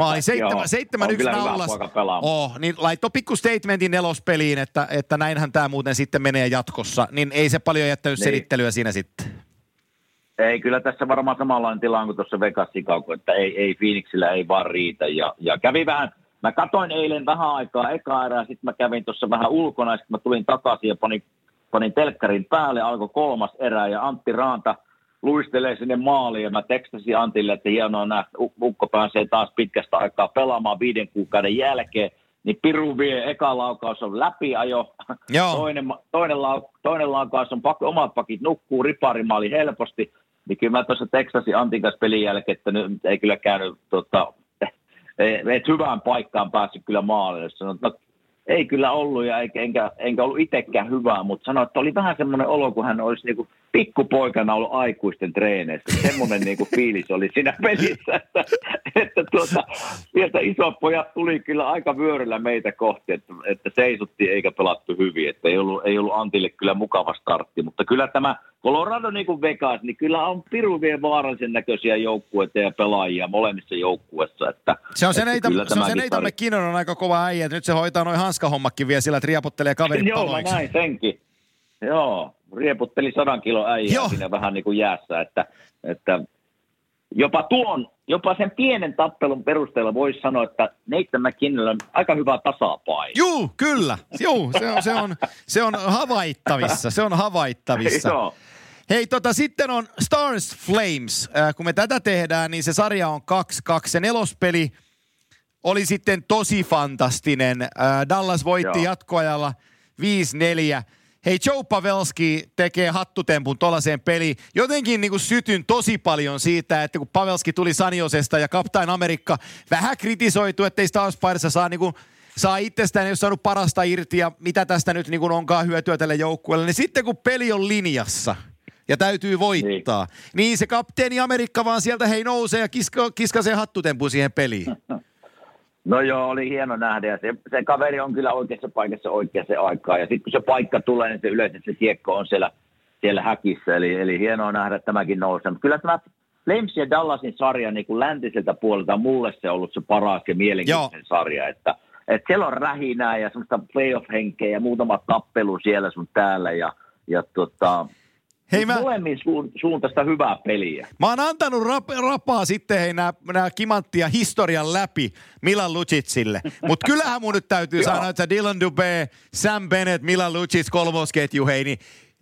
7-1 naulas. Niin laittoi pikku statementin 4. peliin, että näinhän tämä muuten sitten menee jatkossa. Niin ei se paljon jättänyt selittelyä siinä sitten. Ei, kyllä tässä varmaan samanlainen tilanne kuin tuossa Vegas Chicago, että ei Phoenixillä ei vaan riitä. Ja kävi vähän, mä katoin eilen vähän aikaa eka erää, sitten mä kävin tuossa vähän ulkona, sitten mä tulin takaisin ja panin telkkarin päälle, alkoi 3. erä ja Antti Raanta luistelee sinne maaliin ja mä tekstasin Antille, että hienoa nähdä, ukko pääsee taas pitkästä aikaa pelaamaan 5 kuukauden jälkeen, niin Piru vie, eka laukaus on läpiajo, toinen laukaus on omat pakit nukkuu, riparimaali helposti, niin kyllä mä tuossa tekstasin Antin kanssa pelin jälkeen, että nyt ei kyllä käynyt, et hyvään paikkaan päässyt kyllä maalille, sanoin, no, ei kyllä ollut ja enkä ollut itsekään hyvää, mutta sanoin, että oli vähän semmoinen olo, kun hän olisi niinku pikkupoikana ollut aikuisten treeneissä. Semmoinen niinku fiilis oli siinä pelissä, että sieltä isot pojat tuli kyllä aika vyöryllä meitä kohti, että seisuttiin eikä pelattu hyvin. Että ei ollut Antille kyllä mukava startti, mutta kyllä tämä Colorado niin kuin Vegas, niin kyllä on pirun vielä vaarallisen näköisiä joukkueita ja pelaajia molemmissa joukkueissa. Se on se Neita McKinnon on aika kova äijä, että nyt se hoitaa noin hanskahommakin vielä sillä, että riepottelee kaverit paloiksi. Joo, näin senkin. Joo, rieputteli 100 kilon äijää siinä vähän niin kuin jäässä, että jopa sen pienen tappelun perusteella voisi sanoa, että Nathan McKinnon on aika hyvä tasapaino. Juu, kyllä. Juu, se on havaittavissa. Se on havaittavissa. Joo. Hei, sitten on Stars Flames. Kun me tätä tehdään, niin se sarja on 2-2. Se 4. peli oli sitten tosi fantastinen. Dallas voitti jatkoajalla 5-4. Hei, Joe Pavelski tekee hattutempun tuollaiseen peliin. Jotenkin niin kuin sytyn tosi paljon siitä, että kun Pavelski tuli San Josesta ja Captain Amerikka vähän kritisoitu, ettei Stars Paidassa saa itsestään, ei ole saanut parasta irti ja mitä tästä nyt niin kuin onkaan hyötyä tälle joukkueelle. Niin sitten kun peli on linjassa ja täytyy voittaa, niin se kapteeni Amerikka vaan sieltä nousee ja kiskasee hattutempun siihen peliin. No joo, oli hieno nähdä ja se kaveri on kyllä oikeassa paikassa oikeassa aikaa ja sitten kun se paikka tulee, niin se yleensä se kiekko on siellä häkissä, eli hienoa nähdä tämäkin nousee. Kyllä tämä Flames ja Dallasin sarja niin kuin läntiseltä puolelta mulle se on ollut se paras ja mielenkiintoinen sarja, että siellä on rähinää ja semmoista playoff-henkeä ja muutama tappelu siellä sun täällä ja molemmin suuntaista hyvää peliä. Mä oon antanut rapaa sitten nää kimanttia historian läpi Milan Lucicille. Mutta kyllähän mun nyt täytyy sanoa, että Dylan Dubé, Sam Bennett, Milan Lucic kolmosketju, niin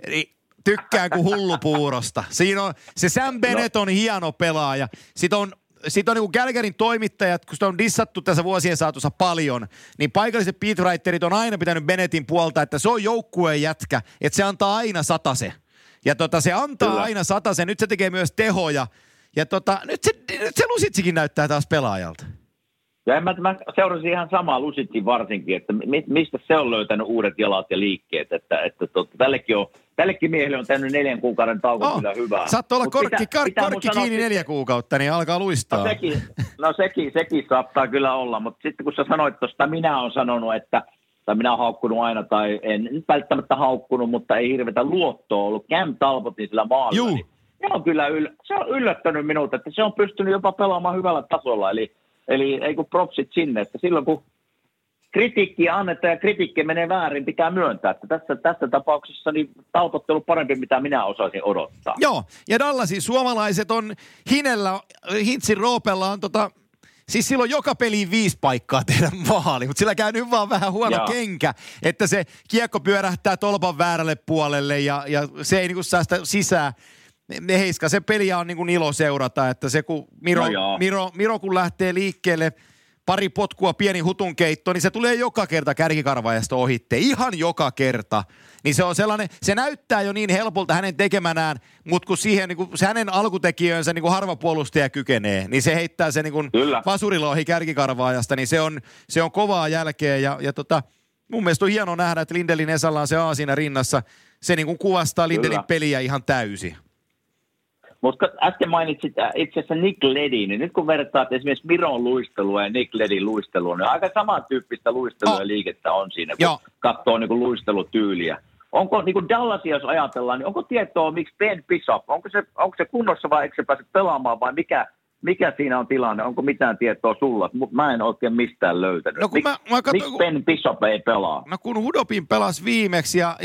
tykkään kuin hullupuurosta. Siinä on, se Sam Bennett on hieno pelaaja. Sitten on sit on niinku Calgaryn toimittajat, kun sitä on dissattu tässä vuosien saatossa paljon, niin paikalliset beatwriterit on aina pitänyt Bennettin puolta, että se on joukkueen jätkä, että se antaa aina 100. Ja se antaa Kyllä. aina 100. Nyt se tekee myös tehoja. Ja nyt se Lusitsikin näyttää taas pelaajalta. Ja mä seurasin ihan samaa Lusitsin varsinkin, että mistä se on löytänyt uudet jalat ja liikkeet. Että tällekin miehelle on tehnyt 4 kuukauden tauko kyllä hyvää. Saattaa olla korkki kiinni 4 kuukautta, niin alkaa luistaa. Sekin saattaa kyllä olla, mutta sitten kun sä sanoit tuosta, minä olen sanonut, tai minä olen haukkunut aina, tai en nyt välttämättä haukkunut, mutta ei hirveätä luottoa ollut Cam Talbotin sillä maalilla. Niin se on kyllä se on yllättänyt minut, että se on pystynyt jopa pelaamaan hyvällä tasolla, eli ei kun propsit sinne, että silloin kun kritiikkiä annetaan ja kritiikki menee väärin, pitää myöntää, että tässä tapauksessa niin Talbot parempi, mitä minä osaisin odottaa. Joo, ja Dallasin suomalaiset on Hintsin Roopella on siis silloin joka peliin 5 paikkaa tehdä maali, mutta sillä käy nyt vaan vähän huono kenkä, että se kiekko pyörähtää tolpan väärälle puolelle ja se ei niinku saa sitä sisään. Heiska, se peliä on niin kuin ilo seurata, että se kun Miro kun lähtee liikkeelle, pari potkua, pieni hutunkeitto, niin se tulee joka kerta kärkikarvaajasta ohitte. Ihan joka kerta. Niin se on sellainen, se näyttää jo niin helpolta hänen tekemänään, mutta kun siihen niin kuin se hänen alkutekijönsä niin kuin harva puolustaja kykenee, niin se heittää se niin kuin vasurilla ohi kärkikarvaajasta, niin se on kovaa jälkeä. Ja mun mielestä on hienoa nähdä, että Lindelin Esalla on se A siinä rinnassa. Se niin kuin kuvastaa Lindelin peliä ihan täysin. Mutta äsken mainitsit itse asiassa Nick Leddy, niin nyt kun vertaat esimerkiksi Miron luistelua ja Nick Leddyn luistelua, niin aika samantyyppistä luistelua ja liikettä on siinä, kun katsoo niin kuin luistelutyyliä. Onko niin kuin Dallasia, jos ajatellaan, niin onko tietoa, miksi Ben Bishop, onko se kunnossa vai eikö se pääse pelaamaan vai mikä siinä on tilanne? Onko mitään tietoa sulla? Mä en oikein mistään löytänyt. No, miksi Ben Bishop ei pelaa? No kun Hudobin pelasi viimeksi ja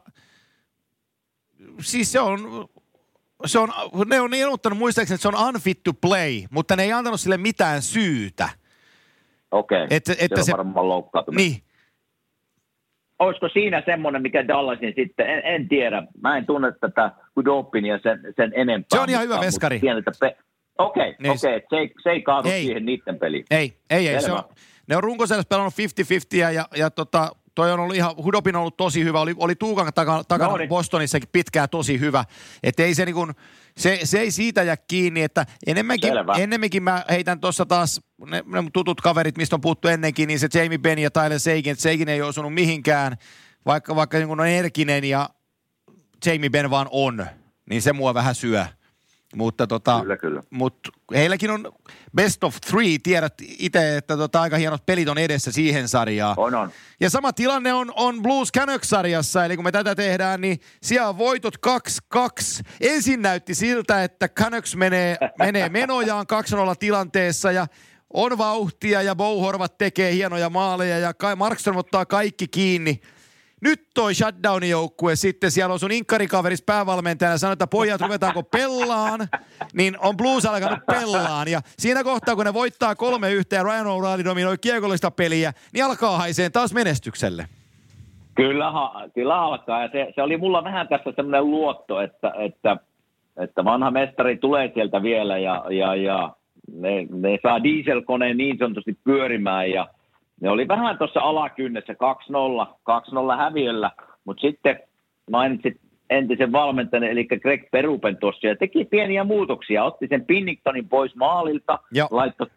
siis ne on ilmoittanut muistaakseni, että se on unfit to play, mutta ne ei antanut sille mitään syytä. Okei, se on varmaan loukkaantunut. Niin. Olisiko siinä semmoinen, mikä Dallasin sitten, en tiedä. Mä en tunne tätä Hudobinia sen enempää. Se on ihan hyvä veskari. Okei, se ei kaadu siihen niiden peliin. Ei. Ne on runkosarjassa pelannut 50-50 ja toi on ollut Hudobin on ollut tosi hyvä. Oli Tuukan takana Bostonissakin pitkään tosi hyvä. Että ei se niin kuin, se ei siitä jää kiinni, että ennemminkin mä heitän tuossa taas ne tutut kaverit, mistä on puhuttu ennenkin, niin se Jamie Benn ja Tyler Seguin, että Seguin ei osunut mihinkään, vaikka niin kuin on Erkinen ja Jamie Benn vaan on, niin se mua vähän syö. Mutta kyllä. Mutta heilläkin on best of 3, tiedät itse, että aika hienot pelit on edessä siihen sarjaan. On. Ja sama tilanne on Blues Canucks-sarjassa, eli kun me tätä tehdään, niin siellä on voitot 2-2. Ensin näytti siltä, että Canucks menee menojaan 2-0 tilanteessa ja on vauhtia ja Bo Horvat tekee hienoja maaleja ja Markström ottaa kaikki kiinni. Nyt toi shutdownin joukkue sitten, siellä on sun inkarikaveris päävalmentajana ja sanoo, että pojat ruvetaanko pellaan, niin on Blues alkanut pellaan. Ja siinä kohtaa, kun ne voittaa 3-1 ja Ryan O'Reilly dominoi kiekollista peliä, niin alkaa haiseen taas menestykselle. Kyllä alkaa ja se oli mulla vähän tässä semmoinen luotto, että vanha mestari tulee sieltä vielä ja ne saa dieselkoneen niin sanotusti pyörimään ja ne oli vähän tuossa alakynnessä 2-0 häviöllä, mutta sitten mainitsit entisen valmentajan, eli Greg Berupen tuossa, ja teki pieniä muutoksia. Otti sen Binningtonin pois maalilta, laittoi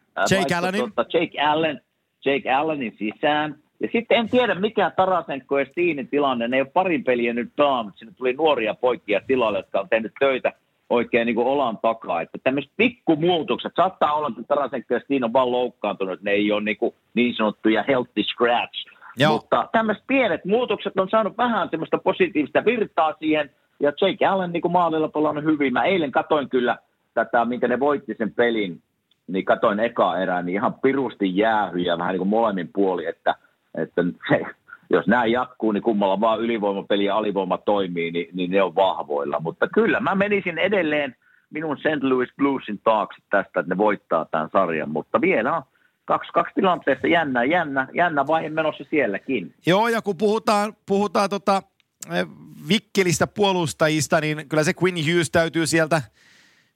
Jake Allenin sisään. Ja sitten en tiedä, mikä Tarasenko ja Steenin tilanne, ne ei ole parin peliä nyt pelannut, sinne tuli nuoria poikia tilalle, jotka on tehnyt töitä oikein niin kuin olan takaa. Että tämmöiset pikkumuutokset, saattaa olla, että Tarasenko ja Steen on vaan loukkaantunut, ne ei ole niin sanottuja healthy scratch. Joo. Mutta tämmöiset pienet muutokset on saanut vähän semmoista positiivista virtaa siihen, ja Jake Allen niin kuin maalilla pelannut hyvin. Mä eilen katoin kyllä tätä, minkä ne voitti sen pelin, niin katoin eka erää, niin ihan pirusti jäähyjä vähän niin kuin molemmin puoli, että jos nämä jatkuu, niin kummalla vaan ylivoimapeli ja alivoima toimii, niin ne on vahvoilla. Mutta kyllä, mä menisin edelleen minun St. Louis Bluesin taakse tästä, että ne voittaa tämän sarjan. Mutta vielä on 2-2 tilanteessa jännä vaihe menossa sielläkin. Joo, ja kun puhutaan vikkelistä puolustajista, niin kyllä se Quinn Hughes täytyy sieltä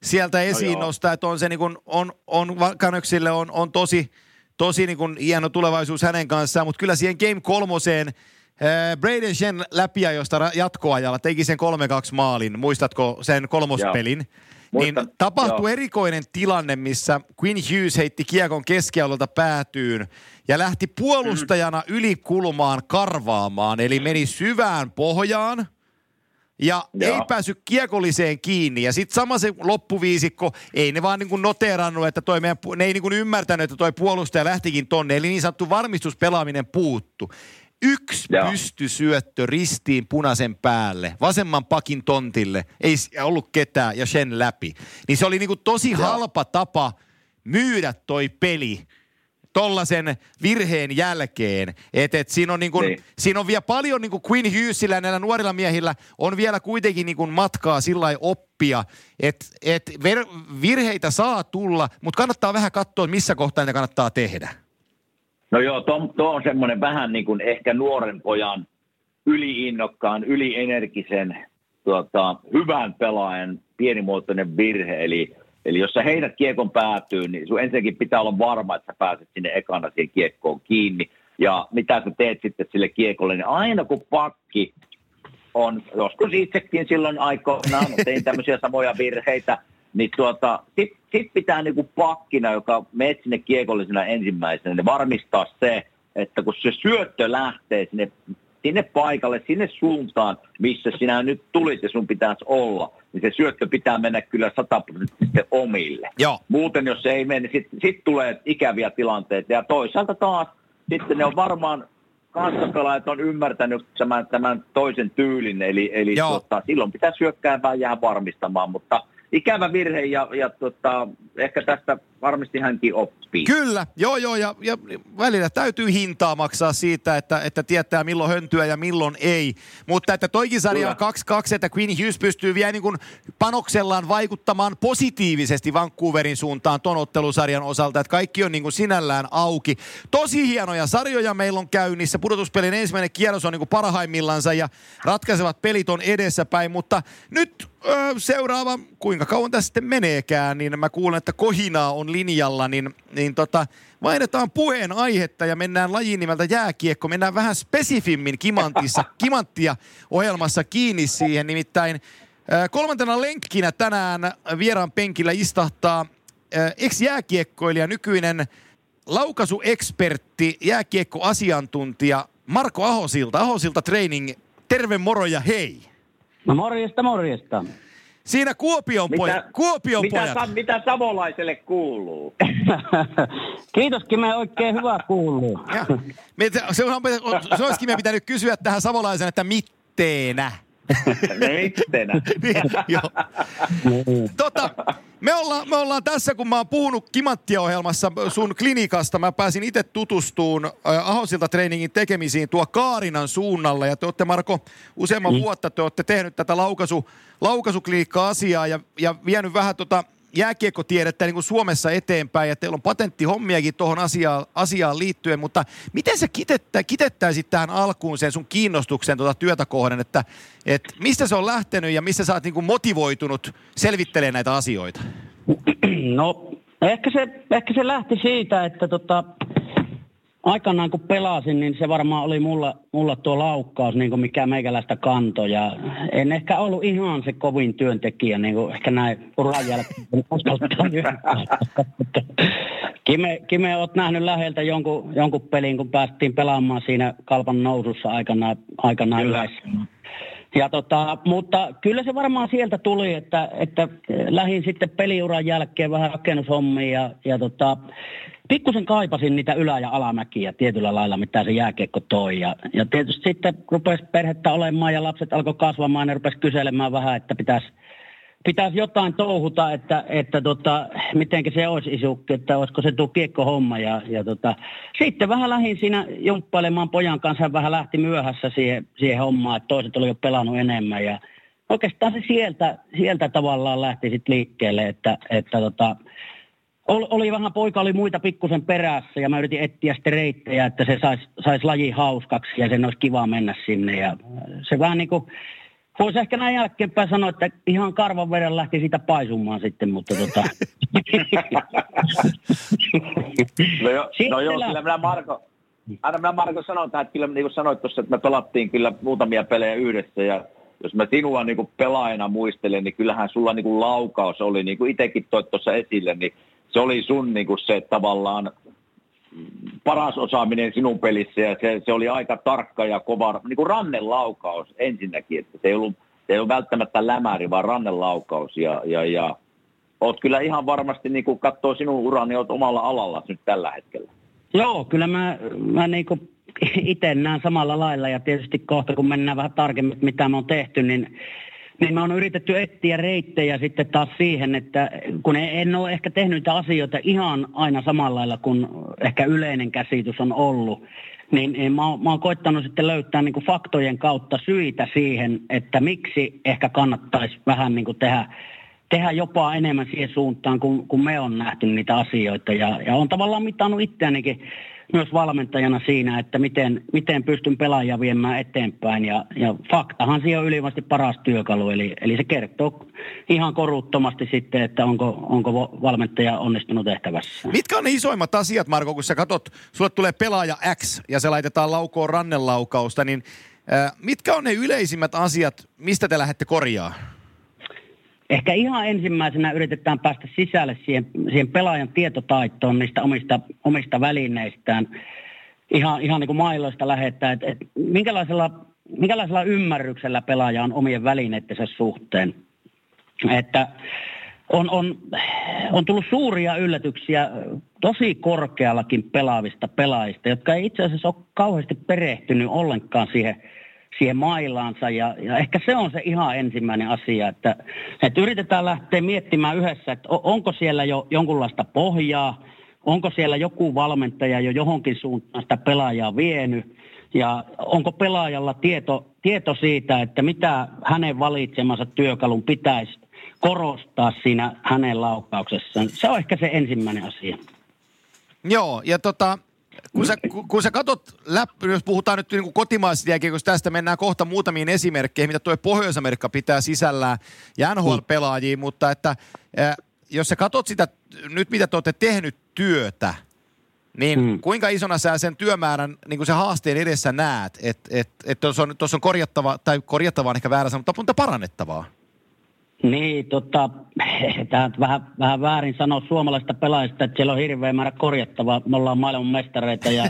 sieltä esiin nostaa, että on se niin kuin, on Canucksille on tosi niin kuin hieno tulevaisuus hänen kanssaan, mutta kyllä siihen Game 3:een Brayden Schenn läpiajosta jatkoajalla teki sen 3-2 maalin. Muistatko sen kolmospelin? Niin tapahtui erikoinen tilanne, missä Quinn Hughes heitti kiekon keskialueelta päätyyn ja lähti puolustajana yli kulmaan karvaamaan, eli meni syvään pohjaan ja ei päässyt kiekolliseen kiinni. Ja sitten sama se loppuviisikko, ei ne vaan niin kuin noteerannut, että ne ei niin kuin ymmärtänyt, että toi puolustaja lähtikin tonne, eli niin sanottu varmistuspelaaminen puuttu. Yksi pystysyöttö ristiin punaisen päälle, vasemman pakin tontille, ei ollut ketään ja Schenn läpi. Niin se oli niinku tosi halpa tapa myydä toi peli tollasen virheen jälkeen. Et siinä on niinku, siinä on vielä paljon niinku Quinn Hughesillä ja näillä nuorilla miehillä on vielä kuitenkin niinku matkaa sillai oppia, että virheitä saa tulla, mutta kannattaa vähän katsoa, missä kohtaa ne kannattaa tehdä. No joo, tuo on semmoinen vähän niin kuin ehkä nuoren pojan yliinnokkaan, ylienergisen, hyvän pelaajan pienimuotoinen virhe. Eli jos sä heidät kiekon päätyyn, niin sun ensinnäkin pitää olla varma, että sä pääset sinne ekana siihen kiekkoon kiinni. Ja mitä sä teet sitten sille kiekolle, niin aina kun pakki on, joskus itsekin silloin aikoinaan, tein tämmöisiä samoja virheitä, niin sit pitää niinku pakkina, joka menet sinne kiekollisena ensimmäisenä, niin varmistaa se, että kun se syöttö lähtee sinne paikalle, sinne suuntaan, missä sinä nyt tulit ja sun pitäisi olla, niin se syöttö pitää mennä kyllä 100% omille. Joo. Muuten jos se ei mene, niin sit tulee ikäviä tilanteita. Ja toisaalta taas sitten ne on varmaan kanssapelaajat on ymmärtänyt tämän toisen tyylin, eli silloin pitää syökkäämään jäädä varmistamaan, mutta ikävä virhe ja ehkä tästä varmasti hänkin oppii. Kyllä, joo, ja välillä täytyy hintaa maksaa siitä, että tietää milloin höntyä ja milloin ei. Mutta että toikin sarja on 2-2, että Quinn Hughes pystyy vielä niin kuin panoksellaan vaikuttamaan positiivisesti Vancouverin suuntaan ton ottelusarjan osalta, että kaikki on niin kuin sinällään auki. Tosi hienoja sarjoja meillä on käynnissä. Pudotuspelin ensimmäinen kierros on niin kuin parhaimmillansa ja ratkaisevat pelit on edessäpäin, mutta nyt seuraava, kuinka kauan tässä sitten meneekään, niin mä kuulen, että kohinaa on linjalla, niin vaihdetaan puheen aihetta ja mennään lajiin nimeltä jääkiekko. Mennään vähän spesifimmin kimanttia ohjelmassa kiinni siihen, nimittäin kolmantena lenkkinä tänään vieraan penkillä istahtaa ex-jääkiekkoilija, nykyinen laukaisuekspertti, jääkiekkoasiantuntija Marko Ahosilta Training. Terve, moro ja hei! No morjesta. Siinä Kuopion pojat. Mitä savolaiselle kuuluu? Kiitos, Kime, oikein hyvä kuuluu. Se olisikin meidän pitänyt kysyä tähän savolaisen, että mitteenä. Mitteenä. Me ollaan tässä, kun mä oon puhunut Kimanttia-ohjelmassa sun klinikasta. Mä pääsin itse tutustuun Ahosilta Trainingin tekemisiin tuo Kaarinan suunnalla. Ja te olette, Marko, useamman vuotta te olette tehnyt tätä laukasuklinikka-asiaa ja vienyt vähän jääkiekkotiedettä niin kuin Suomessa eteenpäin. Ja teillä on patenttihommiakin tuohon asiaan liittyen. Mutta miten sä kitettäisit tähän alkuun sen sun kiinnostuksen työtä kohden, että mistä se on lähtenyt ja missä sä oot niin kuin motivoitunut selvittelemään näitä asioita? No, ehkä se lähti siitä, että aikanaan kun pelasin, niin se varmaan oli mulla tuo laukkaus, niin kuin mikä meikäläistä kantoi. Ja en ehkä ollut ihan se kovin työntekijä, niin kuin ehkä näin uran jälkeen uskaltaa Kime, oot nähnyt läheltä jonkun pelin, kun päästiin pelaamaan siinä Kalpan nousussa aikanaan yhdessä. Ja mutta kyllä se varmaan sieltä tuli, että lähdin sitten peliuran jälkeen vähän rakennushommia ja pikkusen kaipasin niitä ylä- ja alamäkiä tietyllä lailla, mitä se jääkiekko toi. Ja tietysti sitten rupesi perhettä olemaan ja lapset alkoi kasvamaan ja rupesi kyselemään vähän, että pitäisi jotain touhuta, että mitenkä se olisi isukki, että olisiko se tuo kiekkohomma. Ja sitten vähän lähdin siinä jumppailemaan pojan kanssa, hän vähän lähti myöhässä siihen hommaan, että toiset oli jo pelannut enemmän. Ja oikeastaan se sieltä tavallaan lähti sitten liikkeelle, että oli vähän, poika oli muita pikkusen perässä ja mä yritin etsiä sitten reittejä, että se sais laji hauskaksi ja sen olisi kiva mennä sinne. Ja se vähän niin kuin Voisi ehkä näin jälkeenpäin sanoa, että ihan karvan verran lähti siitä paisumaan sitten, mutta kyllä minä Marko sanotaan, että kyllä niin kuin sanoit tuossa, että me pelattiin kyllä muutamia pelejä yhdessä ja jos mä sinua niin kuin pelaajana muistelen, niin kyllähän sulla niin kuin laukaus oli, niin kuin itsekin toit tuossa esille, niin se oli sun niin kuin se tavallaan paras osaaminen sinun pelissä ja se oli aika tarkka ja kova, niin kuin rannelaukaus ensinnäkin, että se ei ollut välttämättä lämäri, vaan rannelaukaus ja oot kyllä ihan varmasti, niin kuin katsoo sinun urani, niin oot omalla alalla nyt tällä hetkellä. Joo, kyllä mä niin kuin itse näen samalla lailla ja tietysti kohta kun mennään vähän tarkemmin, mitä me on tehty, niin me on yritetty etsiä reittejä sitten taas siihen, että kun en ole ehkä tehnyt niitä asioita ihan aina samalla lailla kuin ehkä yleinen käsitys on ollut, niin mä oon koittanut sitten löytää niin kuin faktojen kautta syitä siihen, että miksi ehkä kannattaisi vähän niin kuin tehdä jopa enemmän siihen suuntaan, kun me on nähty niitä asioita. Ja on tavallaan mitannut itseänikin myös valmentajana siinä, että miten pystyn pelaajia viemään eteenpäin. Ja faktahan siihen on ylivoimaisesti paras työkalu. Eli se kertoo ihan koruttomasti sitten, että onko valmentaja onnistunut tehtävässä. Mitkä on ne isoimmat asiat, Marko, kun sä katot, sulle tulee pelaaja X ja se laitetaan laukoon rannelaukausta, niin mitkä on ne yleisimmät asiat, mistä te lähdette korjaa? Ehkä ihan ensimmäisenä yritetään päästä sisälle siihen pelaajan tietotaitoon niistä omista välineistään. Ihan niin kuin mailoista lähdetään, että minkälaisella ymmärryksellä pelaaja on omien välineittensä suhteen. Että on tullut suuria yllätyksiä tosi korkeallakin pelaavista pelaajista, jotka ei itse asiassa ole kauheasti perehtynyt ollenkaan siihen mailaansa ja ehkä se on se ihan ensimmäinen asia, että yritetään lähteä miettimään yhdessä, että onko siellä jo jonkunlaista pohjaa, onko siellä joku valmentaja jo johonkin suuntaan sitä pelaajaa vienyt ja onko pelaajalla tieto siitä, että mitä hänen valitsemansa työkalun pitäisi korostaa siinä hänen laukauksessaan. Se on ehkä se ensimmäinen asia. Joo, ja kun sä katot läpi, jos puhutaan nyt niin kotimaisesta jääkiekosta, tästä mennään kohta muutamiin esimerkkeihin, mitä tuo Pohjois-Amerikka pitää sisällään ja NHL-pelaajia, mutta että jos sä katot sitä nyt, mitä te olette tehnyt työtä, niin kuinka isona sä sen työmäärän, niin kuin se haasteen edessä näet, että tuossa on korjattavaa on ehkä väärä sanoa, mutta parannettavaa? Niin, tämä vähän väärin sanoa suomalaisista pelaajista, että siellä on hirveä määrä korjattavaa. Me ollaan maailman mestareita ja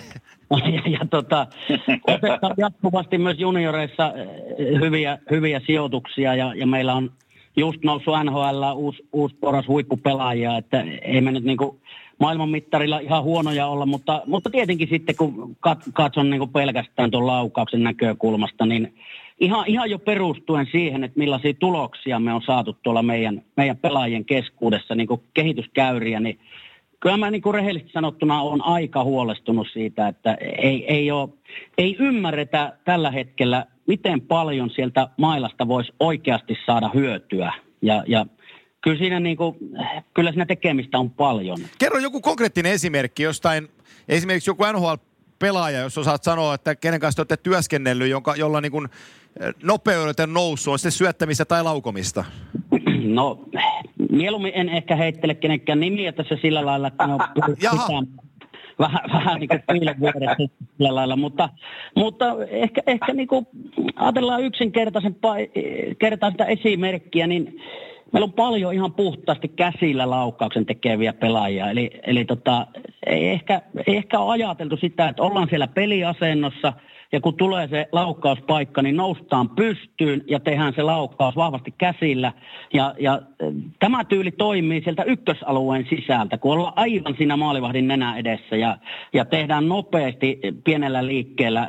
otetaan jatkuvasti myös junioreissa hyviä sijoituksia ja meillä on just noussut NHL uusi poras huippupelaajia, että ei me nyt niinku maailman mittarilla ihan huonoja olla, mutta tietenkin sitten kun katson niinku pelkästään tuon laukauksen näkökulmasta, niin ihan jo perustuen siihen, että millaisia tuloksia me on saatu tuolla meidän pelaajien keskuudessa, niin kuin kehityskäyriä, niin kyllä mä niin kuin rehellisesti sanottuna olen aika huolestunut siitä, että ei ymmärretä tällä hetkellä, miten paljon sieltä mailasta voisi oikeasti saada hyötyä. Ja kyllä siinä, kyllä siinä tekemistä on paljon. Kerro joku konkreettinen esimerkki jostain, esimerkiksi joku NHL-pelaaja, jos osaat sanoa, että kenen kanssa te olette työskennellyt, jolla niin kuin nopeudet noussut, on se syöttämistä tai laukomista? No, mieluummin en ehkä heittele kenenkään nimiä tässä sillä lailla, että ne on vähän niin kuin piilen vuodessa sillä lailla, mutta ehkä niin kuin ajatellaan yksinkertaista esimerkkiä, niin meillä on paljon ihan puhtaasti käsillä laukauksen tekeviä pelaajia, eli ei ehkä ole ajateltu sitä, että ollaan siellä peliasennossa, ja kun tulee se laukkauspaikka, niin noustaan pystyyn ja tehdään se laukkaus vahvasti käsillä. Ja tämä tyyli toimii sieltä ykkösalueen sisältä, kun ollaan aivan siinä maalivahdin nenä edessä ja tehdään nopeasti pienellä liikkeellä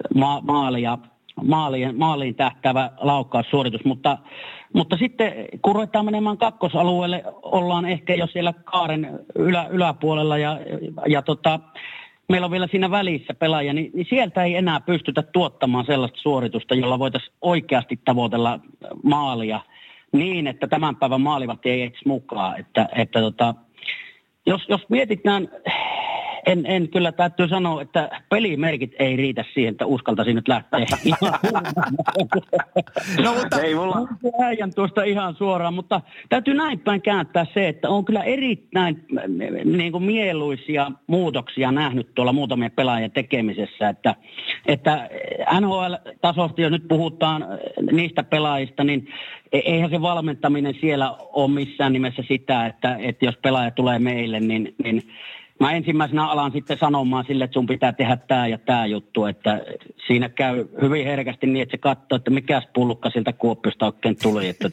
maaliin tähtäävä laukkaussuoritus. Mutta sitten kun ruvetaan menemään kakkosalueelle, ollaan ehkä jo siellä kaaren yläpuolella ja meillä on vielä siinä välissä pelaaja, niin sieltä ei enää pystytä tuottamaan sellaista suoritusta, jolla voitaisiin oikeasti tavoitella maalia niin, että tämän päivän maalivahti ei edes mukaan. Jos mietitään En kyllä täytyy sanoa, että pelimerkit ei riitä siihen, että uskaltaisin nyt lähteä. No mutta... Ei mulla... Äijän tuosta ihan suoraan, mutta täytyy näin päin kääntää se, että on kyllä erittäin niin kuin mieluisia muutoksia nähnyt tuolla muutamien pelaajien tekemisessä, että NHL-tasosta, jos nyt puhutaan niistä pelaajista, niin eihän se valmentaminen siellä ole missään nimessä sitä, että jos pelaaja tulee meille, niin mä ensimmäisenä alan sitten sanomaan sille, että sun pitää tehdä tämä ja tämä juttu, että siinä käy hyvin herkästi niin, että se katsoo, että mikäs pullukka siltä Kuopiosta oikein tuli, että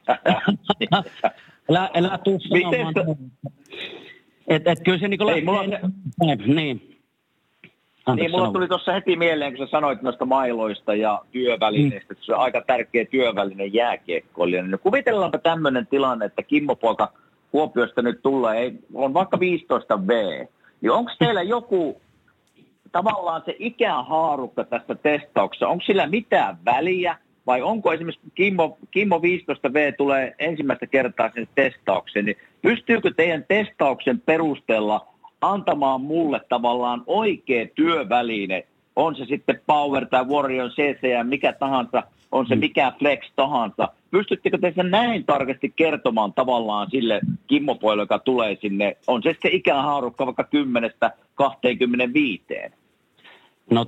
älä tuu sanomaan. Että kyllä se niin lähtee... Niin, mulla tuli tuossa heti mieleen, kun sä sanoit noista mailoista ja työvälineistä, että se on aika tärkeä työväline jääkiekkoilija. No kuvitellaanpa tämmöinen tilanne, että Kimmo poika Kuopiosta nyt tulee, on vaikka 15V, niin onko teillä joku tavallaan se ikähaarukka tässä testauksessa, onko sillä mitään väliä, vai onko esimerkiksi Kimmo 15V tulee ensimmäistä kertaa sen testaukseen, niin pystyykö teidän testauksen perusteella antamaan mulle tavallaan oikea työväline, on se sitten Power tai Warrior CCM, mikä tahansa, on se mikä Flex tahansa. Pystyttekö te sen näin tarkasti kertomaan tavallaan sille Kimmo-pojalle, joka tulee sinne, on se sitten ikähaarukka vaikka 10-25? No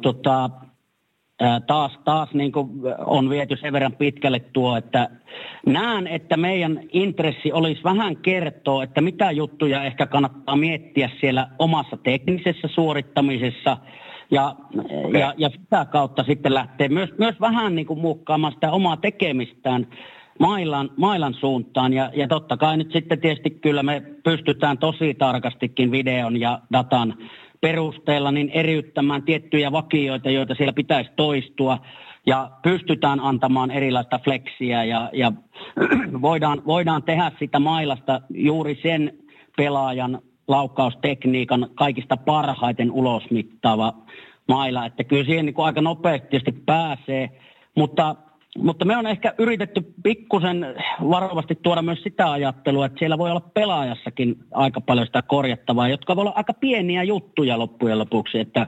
taas niin kuin on viety sen verran pitkälle tuo, että näen, että meidän intressi olisi vähän kertoa, että mitä juttuja ehkä kannattaa miettiä siellä omassa teknisessä suorittamisessa ja sitä kautta sitten lähtee myös vähän niin kuin muokkaamaan sitä omaa tekemistään mailan suuntaan ja totta kai nyt sitten tietysti kyllä me pystytään tosi tarkastikin videon ja datan perusteella niin eriyttämään tiettyjä vakioita, joita siellä pitäisi toistua ja pystytään antamaan erilaista fleksiä ja voidaan tehdä sitä mailasta juuri sen pelaajan laukkaustekniikan kaikista parhaiten ulosmittaava maila, että kyllä siihen niin kuin aika nopeasti pääsee, mutta me on ehkä yritetty pikkusen varovasti tuoda myös sitä ajattelua, että siellä voi olla pelaajassakin aika paljon sitä korjattavaa, jotka voi olla aika pieniä juttuja loppujen lopuksi, että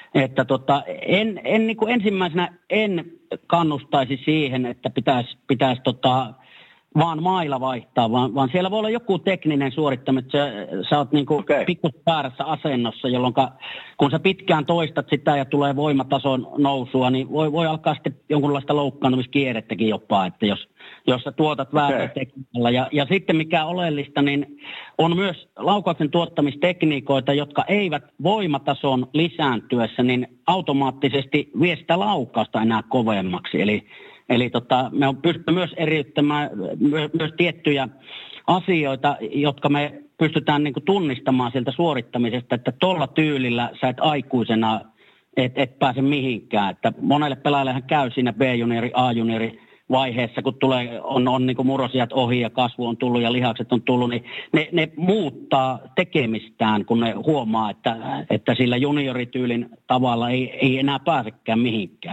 en niin kuin ensimmäisenä en kannustaisi siihen, että pitäisi vaan maila vaihtaa, vaan siellä voi olla joku tekninen suorittaminen, että sä oot niin kuin pikkusen väärässä asennossa, jolloin kun sä pitkään toistat sitä ja tulee voimatason nousua, niin voi alkaa sitten jonkunlaista loukkaantumiskierrettäkin jopa, että jos sä tuotat väärällä tekniikalla. Ja sitten mikä oleellista, niin on myös laukauksen tuottamistekniikoita, jotka eivät voimatason lisääntyessä, niin automaattisesti vie sitä laukausta enää kovemmaksi, Eli me on pystytty myös eriyttämään myös tiettyjä asioita, jotka me pystytään niin kuin tunnistamaan sieltä suorittamisesta, että tuolla tyylillä sä et aikuisena et pääse mihinkään. Että monelle pelaajallehan käy siinä B-juniori, A-juniori vaiheessa, kun on niin kuin murrosijat ohi ja kasvu on tullut ja lihakset on tullut, niin ne muuttaa tekemistään, kun ne huomaa, että sillä juniorityylin tavalla ei enää pääsekään mihinkään.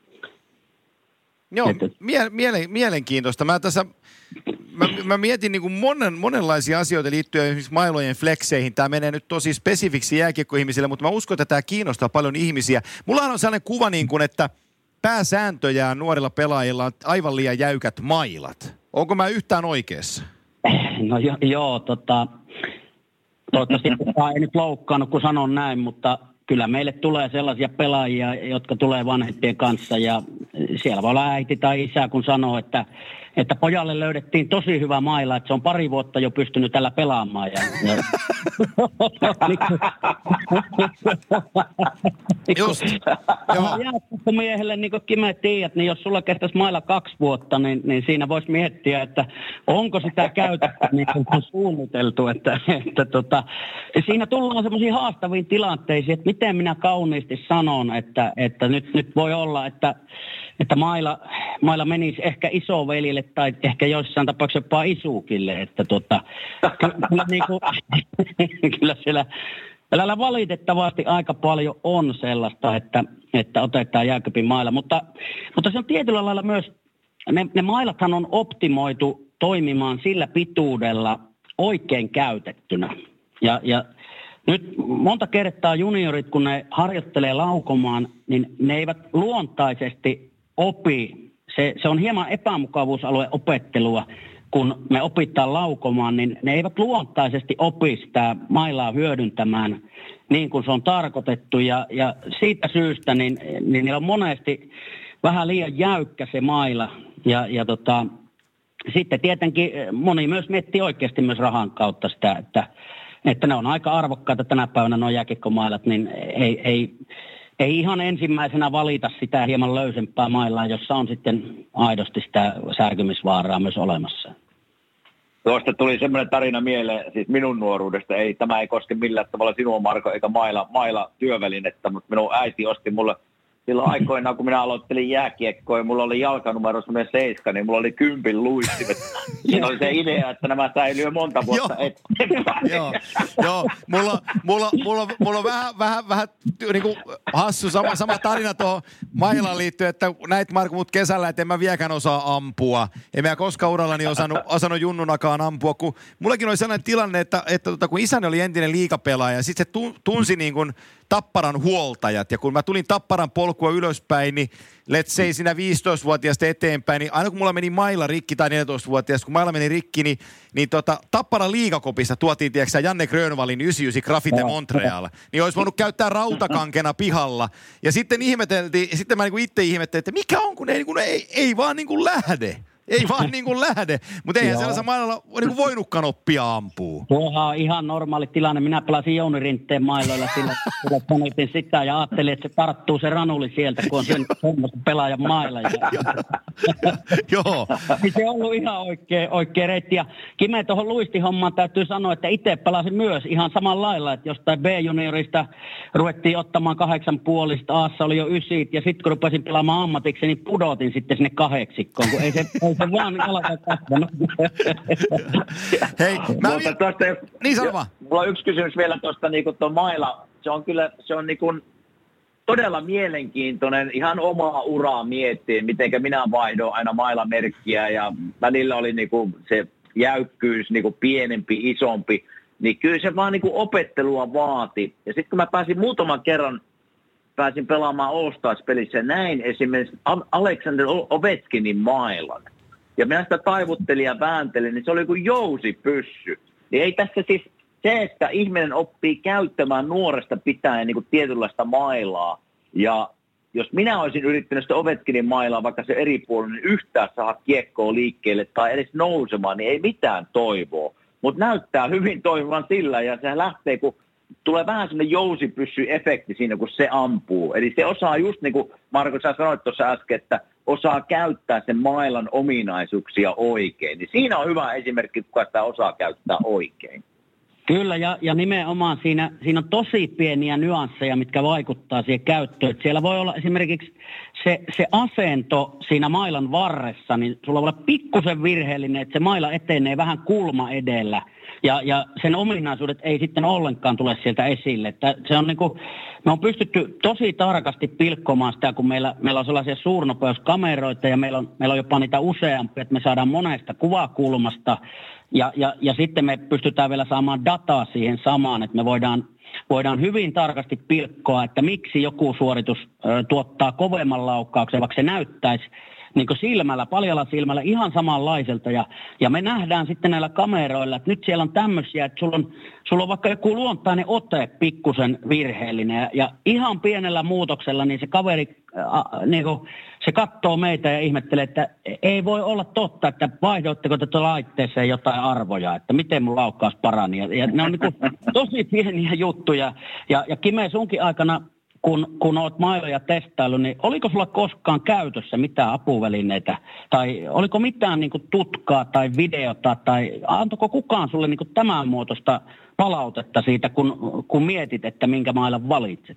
Joo, mielenkiintoista. Mä mietin niin kuin monenlaisia asioita liittyen esimerkiksi mailojen flekseihin. Tämä menee nyt tosi spesifiksi jääkiekkoihmisille, mutta mä uskon, että tämä kiinnostaa paljon ihmisiä. Mullahan on sellainen kuva, niin kuin, että pääsääntöjään nuorilla pelaajilla on aivan liian jäykät mailat. Onko mä yhtään oikeassa? No joo, toivottavasti ei nyt loukkaannut, kun sanon näin, mutta kyllä meille tulee sellaisia pelaajia, jotka tulee vanhempien kanssa ja siellä voi olla äiti tai isä, kun sanoo, että pojalle löydettiin tosi hyvä maila, että se on 2 vuotta jo pystynyt tällä pelaamaan. Just. Kun miehelle, niin kuin me tiedät, niin jos sulla kestäisi mailla 2 vuotta, niin siinä voisi miettiä, että onko sitä käytetty niin kuin on suunniteltu. Että siinä tullaan semmoisiin haastaviin tilanteisiin, että miten minä kauniisti sanon, että nyt voi olla, että maila menisi ehkä isoveljille tai ehkä joissain tapauksissa jopa isukille, että kyllä, niin kuin, kyllä siellä valitettavasti aika paljon on sellaista, että otetaan jääkypin mailla, mutta se on tietyllä lailla myös, ne mailathan on optimoitu toimimaan sillä pituudella oikein käytettynä ja nyt monta kertaa juniorit, kun ne harjoittelee laukomaan, niin ne eivät luontaisesti opi. Se on hieman epämukavuusalue opettelua, kun me opitaan laukomaan, niin ne eivät luontaisesti opi sitä mailaa hyödyntämään niin kuin se on tarkoitettu. Ja siitä syystä niin niillä on monesti vähän liian jäykkä se maila. Sitten tietenkin moni myös miettii oikeasti myös rahan kautta sitä, että ne on aika arvokkaita tänä päivänä nuo jääkiekkomailat, niin ei ihan ensimmäisenä valita sitä hieman löysempää mailaa, jossa on sitten aidosti sitä särkymisvaaraa myös olemassa. Tuosta tuli semmoinen tarina mieleen, siis minun nuoruudesta. Tämä ei koske millään tavalla sinua, Marko, eikä maila työvälinettä, mutta minun äiti osti mulle silloin aikoinaan, kun minä aloittelin jääkiekkoa ja mulla oli jalkanumero semmoinen 7, niin mulla oli 10 luistimet. Siinä oli se idea, että nämä säilyy monta vuotta eteenpäin. Joo. Mulla on vähän niin kuin hassu sama tarina tuohon mailaan liittyen, että näit Marko mut kesällä, että en mä vieläkään osaa ampua. En mä koskaan urallani osannut junnunakaan ampua, kun mullakin oli sellainen tilanne, että kun isäni oli entinen liigapelaaja ja sitten se tunsi niin kuin Tapparan huoltajat, ja kun mä tulin Tapparan polkua ylöspäin, niin let's say siinä 15-vuotiaasta eteenpäin, niin aina kun mulla meni maila rikki, tai 14-vuotiaasta, kun maila meni rikki, niin Tapparan liigakopista tuotiin, tiedätkö Janne Grönvalin 99 Graffite Montreal, niin olisi voinut käyttää rautakankena pihalla, ja sitten mä niin kuin itse ihmettelin, että mikä on, kun ei vaan niin kuin lähde. Ei vaan niin kuin lähde, mutta eihän sellaisella mailalla niin kuin voinutkaan oppia ampuu. Tuohan on ihan normaali tilanne. Minä pelasin Jouni Rinteen mailoilla sillä panetin sitä ja ajattelin, että se tarttuu se ranuli sieltä, kun on sen pelaajan mailla. Joo. Se on ollut ihan oikea reitti. Ja Kime tuohon luistihommaan täytyy sanoa, että itse pelasin myös ihan samalla lailla, että jostain B-juniorista ruvettiin ottamaan 8,5, Aassa oli jo 9, ja sitten kun rupesin pelaamaan ammatiksi, niin pudotin sitten sinne 8, kun ei se vaan alkaa kasvanut. Hei, niin sano vaan. Mulla on yksi kysymys vielä tuosta niin tuon maila. Se on niin kuin todella mielenkiintoinen, ihan omaa uraa miettiä, mitenkä minä vaihdoin aina mailamerkkiä ja välillä oli niin kuin se jäykkyys niin kuin pienempi, isompi. Niin kyllä se vaan niin kuin opettelua vaati. Ja sitten kun mä muutaman kerran pelaamaan All Stars-pelissä, näin esimerkiksi Alexander Ovechkinin mailan. Ja minä sitä taivuttelin ja vääntelin, niin se oli kuin jousipyssy. Niin ei tässä siis se, että ihminen oppii käyttämään nuoresta pitäen niin kuin tietynlaista mailaa. Ja jos minä olisin yrittänyt sitä Ovechkinin mailaa, vaikka se eri puolella, niin yhtään saada kiekkoa liikkeelle tai edes nousemaan, niin ei mitään toivoa. Mutta näyttää hyvin toimivan sillä, ja se lähtee, kun tulee vähän semmoinen jousipyssy-efekti siinä, kun se ampuu. Eli se osaa just niin kuin Marko, sä sanoit tuossa äsken, että osaa käyttää sen mailan ominaisuuksia oikein. Niin siinä on hyvä esimerkki, kuka sitä osaa käyttää oikein. Kyllä, ja nimenomaan siinä on tosi pieniä nyansseja, mitkä vaikuttaa siihen käyttöön. Että siellä voi olla esimerkiksi se asento siinä mailan varressa, niin sulla voi olla pikkusen virheellinen, että se maila etenee vähän kulma edellä. Ja sen ominaisuudet ei sitten ollenkaan tule sieltä esille. Että se on me on pystytty tosi tarkasti pilkkomaan sitä, kun meillä on sellaisia suurnopeuskameroita ja meillä on jopa niitä useampia, että me saadaan monesta kuvakulmasta. Ja sitten me pystytään vielä saamaan dataa siihen samaan, että me voidaan hyvin tarkasti pilkkoa, että miksi joku suoritus tuottaa kovemman laukkauksen, vaikka se näyttäisi niin kuin silmällä, paljalla silmällä ihan samanlaiselta. Ja me nähdään sitten näillä kameroilla, että nyt siellä on tämmöisiä, että sulla on vaikka joku luontainen ote pikkusen virheellinen. Ja ihan pienellä muutoksella niin se kaveri niin kuin, se katsoo meitä ja ihmettelee, että ei voi olla totta, että vaihdoitteko tätä laitteeseen jotain arvoja, että miten mun laukkaus parani. Ja ne on niin kuin tosi pieniä juttuja. Ja Kime, sunkin aikana, kun olet mailoja testaillut, niin oliko sulla koskaan käytössä mitään apuvälineitä? Tai oliko mitään niin kuin tutkaa tai videota? Tai antoiko kukaan sulle niin kuin tämän muotoista palautetta siitä, kun mietit, että minkä mailan valitset?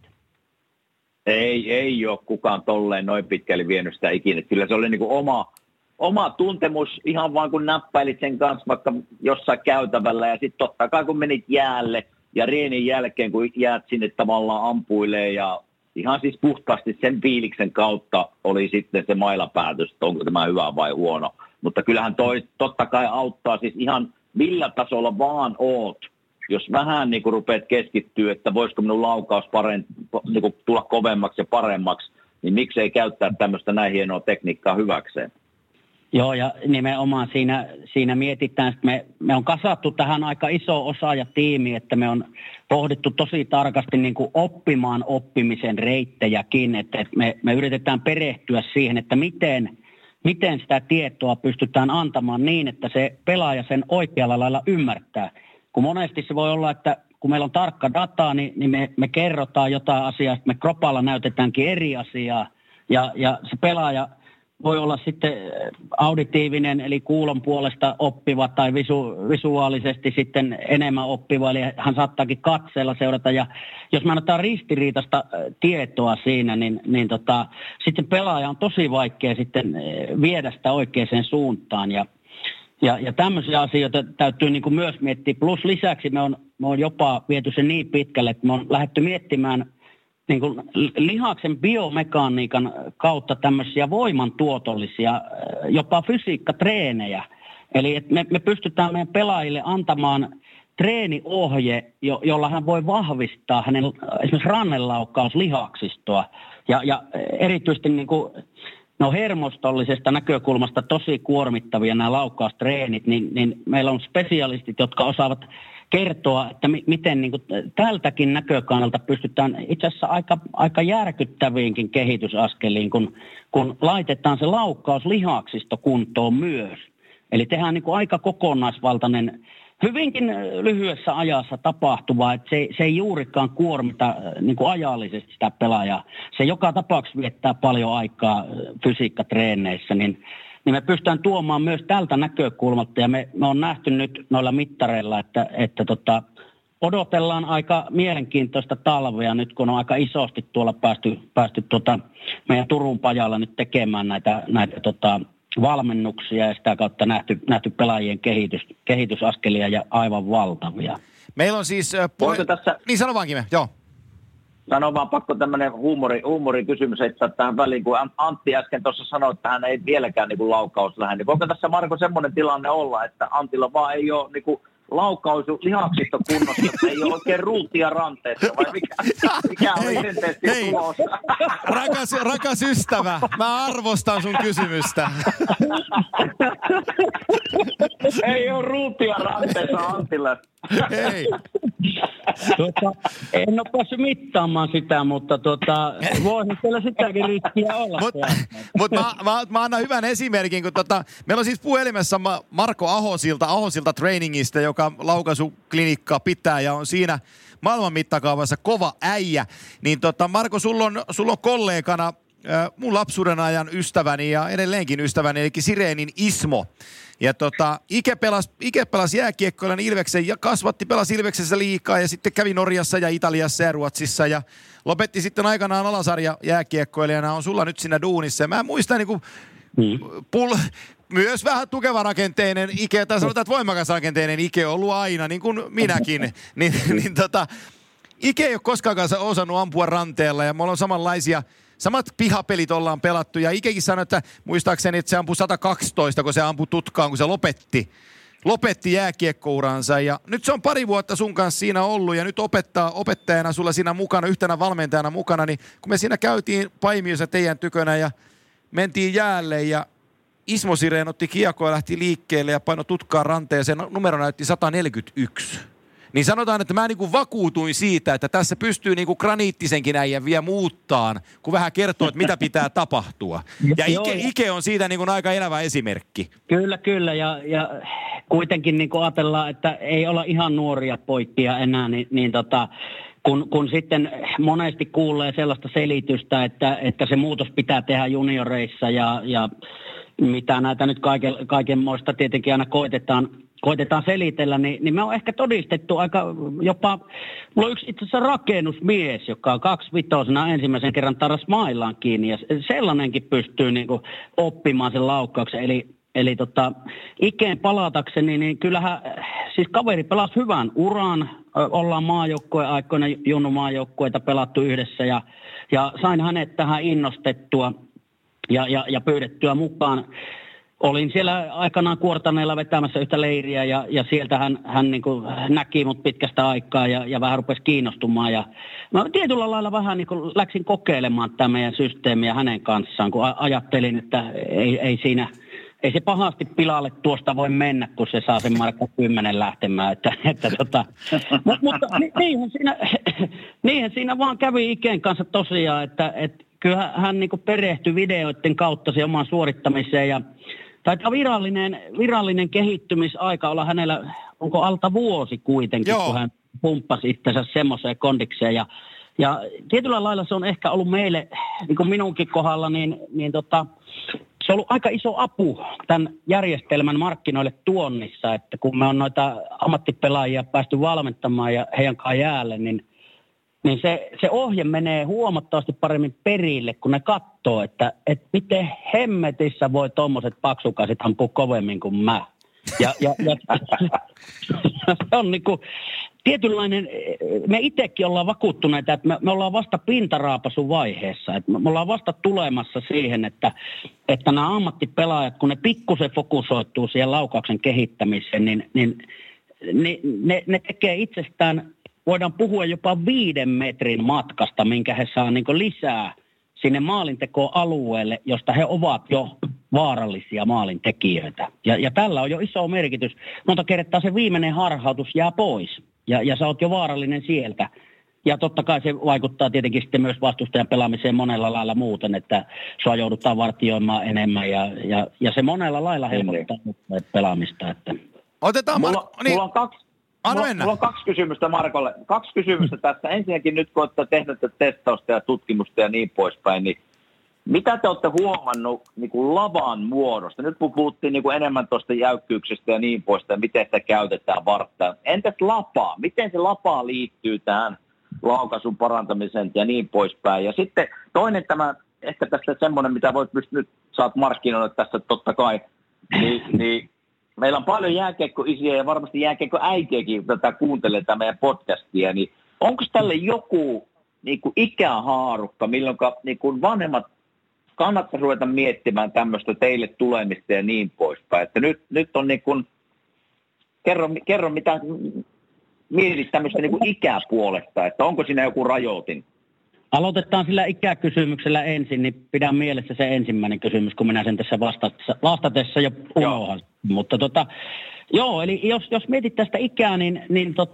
Ei ole kukaan tolleen noin pitkälle vienyt sitä ikinä. Kyllä se oli niin kuin oma tuntemus ihan vaan kun näppäilit sen kanssa vaikka jossain käytävällä. Ja sitten totta kai kun menit jäälle ja reenin jälkeen kun jäät sinne tavallaan ampuilee ja ihan siis puhtaasti sen fiiliksen kautta oli sitten se mailapäätös, että onko tämä hyvä vai huono. Mutta kyllähän toi totta kai auttaa siis ihan millä tasolla vaan oot. jos vähän niin kuin rupeat keskittyä, että voisiko minun laukaus niin kuin tulla kovemmaksi ja paremmaksi, niin miksei käyttää tämmöistä näin hienoa tekniikkaa hyväkseen? Joo, ja nimenomaan siinä mietitään, että me on kasattu tähän aika iso osaajatiimi, että me on pohdittu tosi tarkasti niin kuin oppimaan oppimisen reittejäkin, että me yritetään perehtyä siihen, että miten sitä tietoa pystytään antamaan niin, että se pelaaja sen oikealla lailla ymmärtää. Kun monesti se voi olla, että kun meillä on tarkka dataa, niin me kerrotaan jotain asiaa, me kropalla näytetäänkin eri asiaa, ja se pelaaja voi olla sitten auditiivinen, eli kuulon puolesta oppiva tai visuaalisesti sitten enemmän oppiva, eli hän saattaakin katseella seurata. Ja jos me annetaan ristiriitaista tietoa siinä, niin sitten pelaaja on tosi vaikea sitten viedä sitä oikeaan suuntaan. Ja tämmöisiä asioita täytyy niin kuin myös miettiä. Plus lisäksi me on jopa viety se niin pitkälle, että me on lähdetty miettimään niin kuin lihaksen biomekaniikan kautta tämmöisiä voimantuotollisia, jopa fysiikkatreenejä. Eli että me pystytään meidän pelaajille antamaan treeniohje, jolla hän voi vahvistaa hänen esimerkiksi rannenlaukkauslihaksistoa. Ja erityisesti niin kuin, hermostollisesta näkökulmasta tosi kuormittavia nämä laukkaustreenit, niin meillä on spesialistit, jotka osaavat kertoa, että miten niin kuin tältäkin näkökannalta pystytään itse asiassa aika järkyttäviinkin kehitysaskeliin, kun laitetaan se laukkauslihaksisto kuntoon myös. Eli tehdään niin kuin aika kokonaisvaltainen, hyvinkin lyhyessä ajassa tapahtuvaa, että se ei juurikaan kuormita niin kuin ajallisesti sitä pelaajaa. Se joka tapauksessa viettää paljon aikaa fysiikkatreeneissä, niin me pystytään tuomaan myös tältä näkökulmalta, ja me on nähty nyt noilla mittareilla, että odotellaan aika mielenkiintoista talvea nyt, kun on aika isosti tuolla päästy meidän Turun pajalla nyt tekemään näitä valmennuksia ja sitä kautta nähty pelaajien kehitysaskelia ja aivan valtavia. Meillä on siis... tässä... Niin sano vaan, Kime, joo. Sano vaan pakko tämmöinen huumorikysymys heittää tähän väliin, kun Antti äsken tuossa sanoi, että hän ei vieläkään niin kuin laukaus lähde. Niin voiko tässä, Marko, semmoinen tilanne olla, että Antilla vaan ei ole niin kuin laukaus lihaksisto kunnossa, että ei ole oikein ruutia ranteessa, vai mikä oli sen testin tulos? Rakas ystävä, mä arvostan sun kysymystä. Ei ole ruutia ranteessa Antilla. Ei. En ole päässyt mittaamaan sitä, mutta voihan siellä sitäkin riskiä olla. Mutta mä annan hyvän esimerkin, kun meillä on siis puhelimessa Marko Ahosilta trainingista, joka laukaisuklinikkaa pitää ja on siinä maailman mittakaavassa kova äijä. Niin Marko, sulla on kollegana mun lapsuuden ajan ystäväni ja edelleenkin ystäväni, eli Sireenin Ismo. Ja Ike pelasi jääkiekkoilla Ilveksen ja pelasi Ilveksessä liikaa ja sitten kävi Norjassa ja Italiassa ja Ruotsissa ja lopetti sitten aikanaan alasarja jääkiekkoilijana, on sulla nyt siinä duunissa. Ja mä muistan niinku myös vähän tukevarakenteinen Ike, tai sanotaan, että voimakas rakenteinen Ike on ollut aina, niin kuin minäkin. Ike ei ole koskaan osannut ampua ranteella ja me ollaan samat pihapelit ollaan pelattu ja Ikekin sanoi, että muistaakseni, että se ampui 112, kun se ampui tutkaan, kun se lopetti jääkiekkouransa. Ja nyt se on pari vuotta sun kanssa siinä ollut ja nyt opettajana sulla siinä mukana, yhtenä valmentajana mukana, niin kun me siinä käytiin Paimiossa teidän tykönä ja mentiin jäälle ja Ismo Sireen otti kiekkoa ja lähti liikkeelle ja painoi tutkaan ranteen, sen numero näytti 141. Niin sanotaan, että mä niinku vakuutuin siitä, että tässä pystyy niinku graniittisenkin äijän vielä muuttaan, kun vähän kertoo, että mitä pitää tapahtua. Ja Ike on siitä niinku aika elävä esimerkki. Kyllä. Ja kuitenkin niinku ajatellaan, että ei olla ihan nuoria poikia enää, kun sitten monesti kuulee sellaista selitystä, että se muutos pitää tehdä junioreissa ja mitä näitä nyt kaikenmoista tietenkin aina koitetaan selitellä, niin me on ehkä todistettu aika jopa, mulla on yksi itse asiassa rakennusmies, joka on 2-vitosena ensimmäisen kerran tarras mailaan kiinni, ja sellainenkin pystyy niinku oppimaan sen laukkauksen, eli Ikeen palatakseni, niin kyllähän siis kaveri pelasi hyvän uran, ollaan maajoukkueen aikoina junnumaajoukkueita pelattu yhdessä, ja sain hänet tähän innostettua ja pyydettyä mukaan olin siellä aikanaan Kuortaneella vetämässä yhtä leiriä ja sieltä hän niin kuin näki mut pitkästä aikaa ja vähän rupesi kiinnostumaan. Ja mä tietyllä lailla vähän niin kuin läksin kokeilemaan tämän meidän systeemiä hänen kanssaan, kun ajattelin, että ei se pahasti pilalle tuosta voi mennä, kun se saa sen markka 10 lähtemään. Mutta niinhän siinä vaan kävi Iken kanssa tosiaan, että kyllä hän niin kuin perehtyi videoiden kautta siihen omaan suorittamiseen ja taitaa virallinen kehittymisaika olla hänellä, onko alta vuosi kuitenkin, kun hän pumppasi itsensä semmoiseen kondikseen. Ja tietyllä lailla se on ehkä ollut meille, niin kuin minunkin kohdalla, niin se on ollut aika iso apu tämän järjestelmän markkinoille tuonnissa, että kun me on noita ammattipelaajia päästy valmentamaan ja heidän kanssaan jäälle, niin se ohje menee huomattavasti paremmin perille, kun ne katsoo, että miten hemmetissä voi tommoset paksukasit ampua kovemmin kuin mä. Ja se on niinku tietynlainen, me itsekin ollaan vakuuttuneita, että me ollaan vasta pintaraapasun vaiheessa. Että me ollaan vasta tulemassa siihen, että nämä ammattipelaajat, kun ne pikkusen fokusoituu siihen laukauksen kehittämiseen, niin ne tekee itsestään, voidaan puhua jopa 5 metrin matkasta, minkä he saa niin kuin lisää sinne maalintekoalueelle, josta he ovat jo vaarallisia maalintekijöitä. Ja tällä on jo iso merkitys. Monta kertaa se viimeinen harhautus jää pois ja sä oot jo vaarallinen sieltä. Ja totta kai se vaikuttaa tietenkin sitten myös vastustajan pelaamiseen monella lailla muuten, että sua joudutaan vartioimaan enemmän ja se monella lailla helpottaa pelaamista. Että. Otetaan mulla on kaksi. Mulla on 2 kysymystä Markolle. 2 kysymystä tässä. Ensinnäkin nyt, kun olette tehneet testausta ja tutkimusta ja niin poispäin, niin mitä te olette huomannut niin kuin lavan muodosta? Nyt kun puhuttiin niin kuin enemmän tuosta jäykkyyksestä ja niin poispäin, miten sitä käytetään varttaan. Entäs lapaa? Miten se lapaa liittyy tähän laukaisun parantamiseen ja niin poispäin? Ja sitten toinen tämä, ehkä tästä semmoinen, mitä voit nyt saat markkinoida tässä totta kai, niin meillä on paljon jääkiekkoisiä ja varmasti jääkiekkoäitiäkin, kun tätä kuuntelee tämä meidän podcastia, niin onko tälle joku niin kuin ikähaarukka, milloin niin kuin vanhemmat kannattaisi ruveta miettimään tämmöistä teille tulemista ja niin poispäin. Että nyt on niin kuin, kerro mitä mietit tämmöistä niin kuin ikäpuolesta, että onko siinä joku rajoitin? Aloitetaan sillä ikäkysymyksellä ensin, niin pidän mielessä se ensimmäinen kysymys, kun minä sen tässä vastatessa jo unohan. Mutta eli jos mietit tästä ikää, niin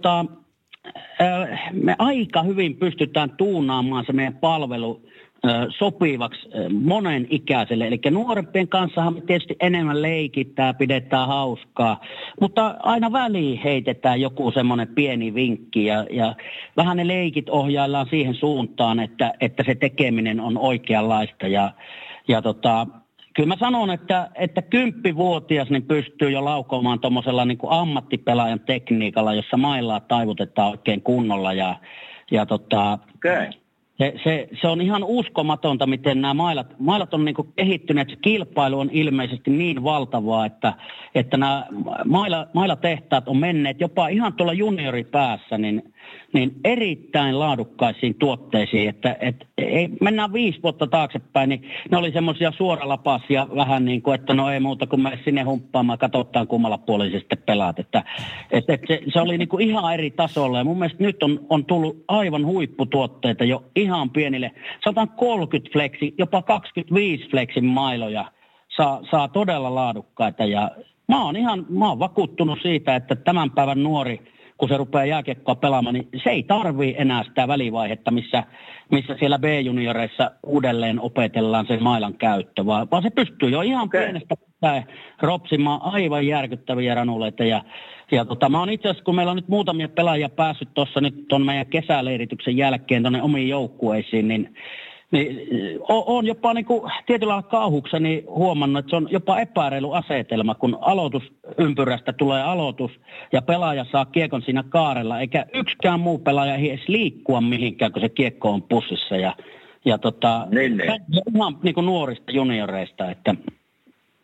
me aika hyvin pystytään tuunaamaan se meidän palvelu sopivaksi monen ikäiselle. Eli nuorempien kanssahan me tietysti enemmän leikitään, pidetään hauskaa, mutta aina väliin heitetään joku semmoinen pieni vinkki ja vähän ne leikit ohjaillaan siihen suuntaan, että se tekeminen on oikeanlaista kyllä mä sanon, että 10-vuotias niin pystyy jo laukomaan tuommoisella niin kuin ammattipelaajan tekniikalla, jossa mailaa taivutetaan oikein kunnolla Okay. Se on ihan uskomatonta, miten nämä mailat on niin kuin kehittyneet. Se kilpailu on ilmeisesti niin valtavaa, että nämä mailatehtaat on menneet jopa ihan tuolla junioripäässä niin erittäin laadukkaisiin tuotteisiin. Että mennään 5 vuotta taaksepäin, niin ne oli semmoisia suoralapaisia vähän niin kuin, että no ei muuta kuin mene sinne humppaamaan, katsotaan kummalla puolella sitten pelaat. Että se oli niin kuin ihan eri tasolla ja mun mielestä nyt on tullut aivan huipputuotteita jo ihan pienille. 130 fleksi, jopa 25 fleksin mailoja saa todella laadukkaita ja mä oon vakuuttunut siitä, että tämän päivän nuori, kun se rupeaa jääkiekkoa pelaamaan, niin se ei tarvii enää sitä välivaihetta, missä siellä B-junioreissa uudelleen opetellaan sen mailan käyttö, vaan se pystyy jo ihan pienestä ropsimaan aivan järkyttäviä ranuleita. Ja mä oon itse asiassa, kun meillä on nyt muutamia pelaajia päässyt tuossa nyt tuon meidän kesäleirityksen jälkeen tuonne omiin joukkueisiin, niin on jopa niin kuin tietyllä lailla kauhukseni huomannut, että se on jopa epäreilu asetelma, kun aloitusympyrästä tulee aloitus ja pelaaja saa kiekon siinä kaarella, eikä yksikään muu pelaaja ei edes liikkua mihinkään, kun se kiekko on pussissa. Ja niin. ihan niin kuin nuorista junioreista, että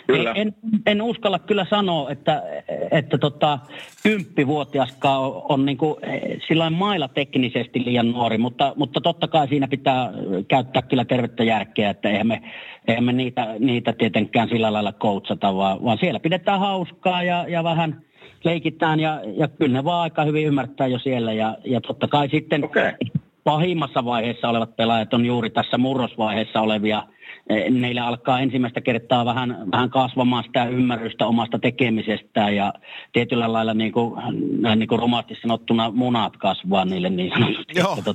En uskalla kyllä sanoa, että 10-vuotiaskaan on niin kuin sillain mailla teknisesti liian nuori, mutta totta kai siinä pitää käyttää kyllä tervettä järkeä, että eihän me niitä tietenkään sillä lailla coachata, vaan siellä pidetään hauskaa ja vähän leikitään ja kyllä ne vaan aika hyvin ymmärtää jo siellä ja totta kai sitten pahimmassa vaiheessa olevat pelaajat on juuri tässä murrosvaiheessa olevia. Neillä alkaa ensimmäistä kertaa vähän kasvamaan sitä ymmärrystä omasta tekemisestään ja tietyllä lailla niin kuin romaasti sanottuna munat kasvaa niille niin sanotusti. Joo.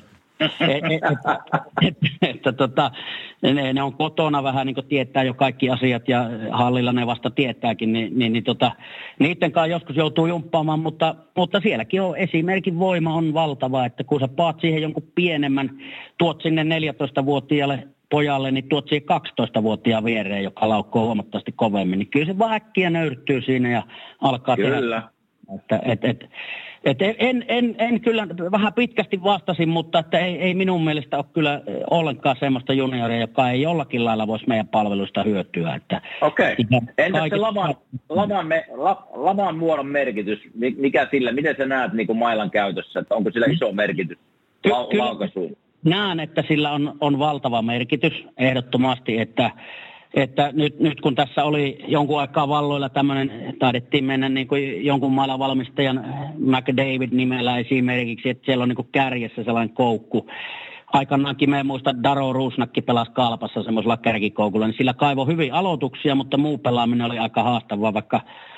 Ne on kotona vähän niin kuin tietää jo kaikki asiat ja hallilla ne vasta tietääkin, niiden kanssa joskus joutuu jumppaamaan, mutta sielläkin on esimerkin voima on valtava, että kun sä paat siihen jonkun pienemmän, tuot sinne 14-vuotiaalle pojalle, niin tuot siihen 12-vuotiaan viereen, joka laukkoo huomattavasti kovemmin, niin kyllä se vaan äkkiä nöyrtyy siinä ja alkaa kyllä. En kyllä, vähän pitkästi vastasin, mutta että ei minun mielestä ole kyllä ollenkaan semmoista junioria, joka ei jollakin lailla voisi meidän palveluista hyötyä. Okei. Entä se lavan muodon merkitys, mikä sillä, miten sä näet niin kuin mailan käytössä, että onko sillä iso merkitys laukaisuun? Näen, että sillä on valtava merkitys ehdottomasti, että nyt kun tässä oli jonkun aikaa valloilla tämmöinen, taidettiin mennä niin kuin jonkun maailman valmistajan McDavid-nimellä esimerkiksi, että siellä on niin kuin kärjessä sellainen koukku. Aikanaankin me muistan, Daro Rusnakki pelasi Kalpassa semmoisella kärkikoukulla, niin sillä kaivoi hyvin aloituksia, mutta muu pelaaminen oli aika haastavaa, vaikka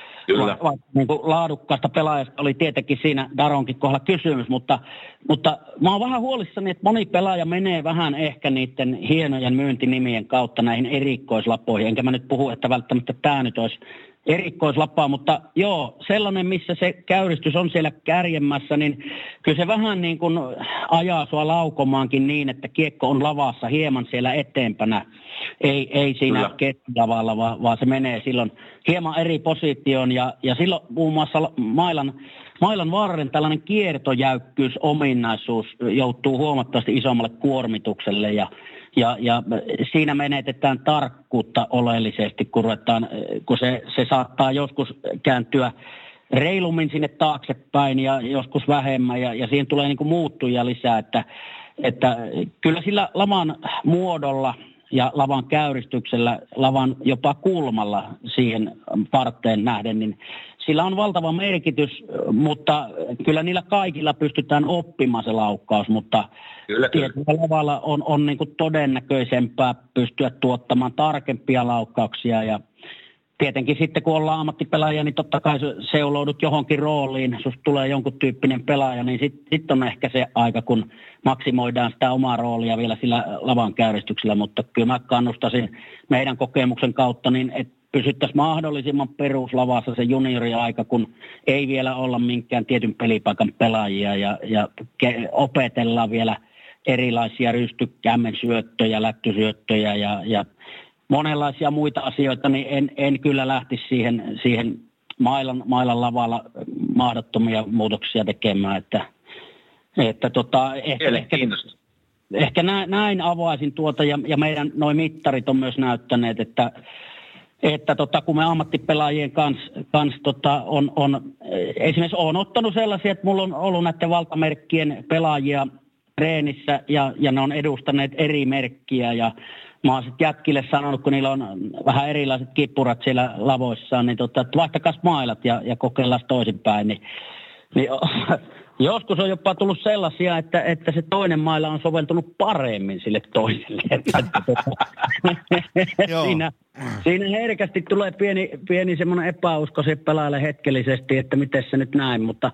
niin kuin laadukkaasta pelaajasta oli tietenkin siinä Daronkin kohdalla kysymys, mutta mä oon vähän huolissani, että moni pelaaja menee vähän ehkä niiden hienojen myyntinimien kautta näihin erikoislapoihin. Enkä mä nyt puhu, että välttämättä tämä nyt olisi erikoislapaa, mutta joo, sellainen, missä se käyristys on siellä kärjemmässä, niin kyllä se vähän niin kuin ajaa sua laukomaankin niin, että kiekko on lavassa hieman siellä eteenpänä, ei siinä keskilavalla, vaan se menee silloin hieman eri positioon ja silloin muun muassa mailan varren tällainen kiertojäykkyysominaisuus joutuu huomattavasti isommalle kuormitukselle ja siinä menetetään tarkkuutta oleellisesti, kun se saattaa joskus kääntyä reilummin sinne taaksepäin ja joskus vähemmän ja siihen tulee niin kuin muuttujia lisää, että kyllä sillä lavan muodolla ja lavan käyristyksellä, lavan jopa kulmalla siihen parteen nähden, niin sillä on valtava merkitys, mutta kyllä niillä kaikilla pystytään oppimaan se laukkaus, mutta tietyllä lavalla on niin kuin todennäköisempää pystyä tuottamaan tarkempia laukkauksia ja tietenkin sitten kun ollaan ammattipelaaja, niin totta kai seuloudut johonkin rooliin, susta tulee jonkun tyyppinen pelaaja, niin sit on ehkä se aika, kun maksimoidaan sitä omaa roolia vielä sillä lavan käyristyksellä, mutta kyllä mä kannustaisin meidän kokemuksen kautta, niin että pysyttäisiin mahdollisimman peruslavassa se juniori-aika, kun ei vielä olla minkään tietyn pelipaikan pelaajia ja opetellaan vielä erilaisia rystykämmen syöttöjä, lättysyöttöjä ja monenlaisia muita asioita, niin en kyllä lähtisi siihen mailan lavalla mahdottomia muutoksia tekemään, ehkä näin avaisin tuota ja meidän noi mittarit on myös näyttäneet, että kun me ammattipelaajien kanssa on esimerkiksi olen ottanut sellaisia, että mulla on ollut näiden valtamerkkien pelaajia treenissä ja ne on edustaneet eri merkkiä ja mä oon sitten jätkille sanonut, kun niillä on vähän erilaiset kippurat siellä lavoissaan, niin että vaihtakas mailat ja kokeillaan toisinpäin. Niin joskus on jopa tullut sellaisia, että se toinen maila on soveltunut paremmin sille toiselle. Siinä herkästi tulee pieni semmoinen epäusko se pelaajalle hetkellisesti, että miten se nyt näin, mutta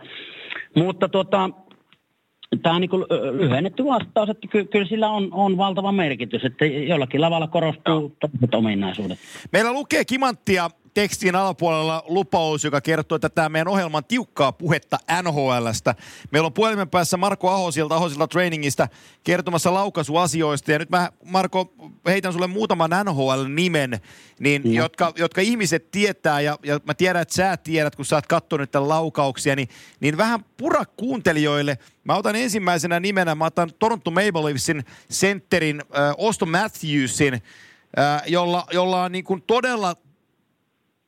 tämä on niin kuin lyhennetty vastaus, että kyllä sillä on valtava merkitys, että jollakin lavalla korostuu toiset ominaisuudet. Meillä lukee kimanttia tekstin alapuolella lupaus, joka kertoo, että tämä meidän ohjelman tiukkaa puhetta NHL:stä. Meillä on puhelimen päässä Marko Ahosilta Trainingista kertomassa laukaisuasioista. Ja nyt mä, Marko, heitän sulle muutaman NHL-nimen, niin, jotka ihmiset tietää. Ja mä tiedän, että sä tiedät, kun sä oot katsonut tämän laukauksia, niin vähän pura kuuntelijoille. Mä otan ensimmäisenä nimenä, mä otan Toronto Maple Leafsin sentterin Auston Matthewsin, jolla on niin kuin todella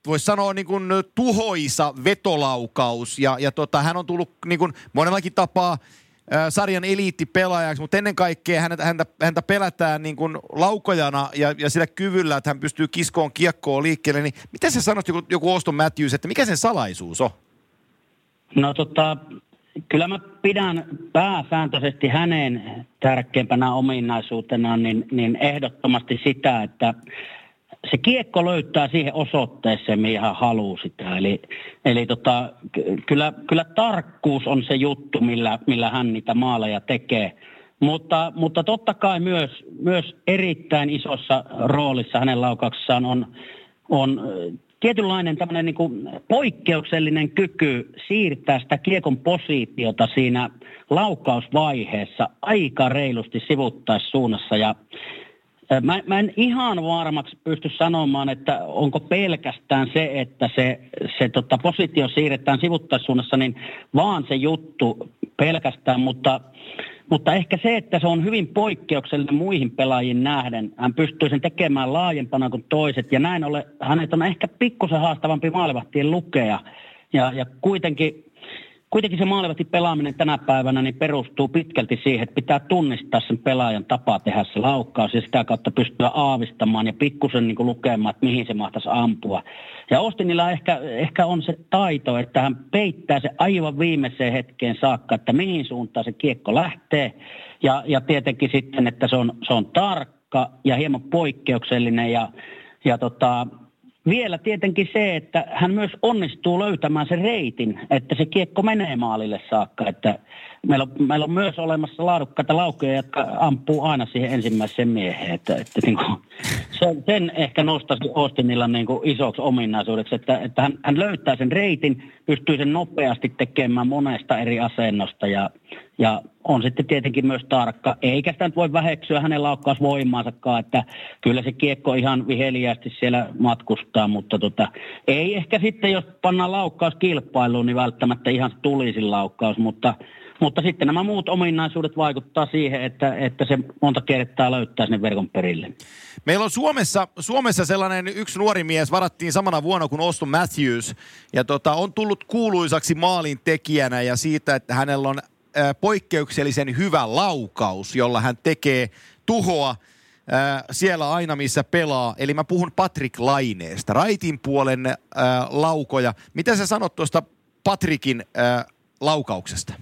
voisi sanoa niin kuin tuhoisa vetolaukaus ja hän on tullut niin kuin monellakin tapaa sarjan eliittipelaajaksi, mutta ennen kaikkea häntä pelätään niin kuin laukojana ja sillä kyvyllä, että hän pystyy kiskoon kiekkoon liikkeelle. Niin miten sä sanoit joku Auston Matthews, että mikä sen salaisuus on? No kyllä mä pidän pääsääntöisesti hänen tärkeimpänä ominaisuutenaan niin ehdottomasti sitä, että se kiekko löytää siihen osoitteeseen, mihin hän haluaa sitä. Eli kyllä tarkkuus on se juttu, millä hän niitä maaleja tekee. Mutta totta kai myös erittäin isossa roolissa hänen laukauksessaan on tietynlainen tämmöinen niin kuin poikkeuksellinen kyky siirtää sitä kiekon positiota siinä laukausvaiheessa aika reilusti sivuttaissuunnassa. Ja mä en ihan varmaksi pysty sanomaan, että onko pelkästään se, että se positio siirretään sivuttaissuunnassa, niin vaan se juttu pelkästään, mutta ehkä se, että se on hyvin poikkeuksellinen muihin pelaajiin nähden. Hän pystyy sen tekemään laajempana kuin toiset ja näin ollen hänet on ehkä pikkusen haastavampi maalivahtien lukea ja kuitenkin se maalivahtin pelaaminen tänä päivänä niin perustuu pitkälti siihen, että pitää tunnistaa sen pelaajan tapa tehdä se laukkaus ja sitä kautta pystyä aavistamaan ja pikkusen niin kuin lukemaan, että mihin se mahtaisi ampua. Ja Austinilla ehkä on se taito, että hän peittää se aivan viimeiseen hetkeen saakka, että mihin suuntaan se kiekko lähtee. Ja tietenkin sitten, että se on tarkka ja hieman poikkeuksellinen ja vielä tietenkin se, että hän myös onnistuu löytämään sen reitin, että se kiekko menee maalille saakka. Että meillä on myös olemassa laadukkaita laukoja, jotka ampuu aina siihen ensimmäiseen mieheen. Että niin kuin, sen ehkä nostaisi Austinilla niin kuin isoksi ominaisuudeksi, että hän löytää sen reitin, pystyy sen nopeasti tekemään monesta eri asennosta ja on sitten tietenkin myös tarkka. Eikä sitä nyt voi väheksyä hänen laukkausvoimaansakaan, että kyllä se kiekko ihan viheliästi siellä matkustaa, mutta ei ehkä sitten, jos pannaan laukkauskilpailuun, niin välttämättä ihan tulisin laukkaus, mutta sitten nämä muut ominaisuudet vaikuttaa siihen, että se monta kertaa löytää sinne verkon perille. Meillä on Suomessa sellainen yksi nuori mies, varattiin samana vuonna kuin Auston Matthews, ja on tullut kuuluisaksi maalin tekijänä ja siitä, että hänellä on poikkeuksellisen hyvä laukaus, jolla hän tekee tuhoa siellä aina, missä pelaa. Eli mä puhun Patrik Laineesta, raitin puolen laukoja. Mitä sä sanot tuosta Patrikin laukauksesta?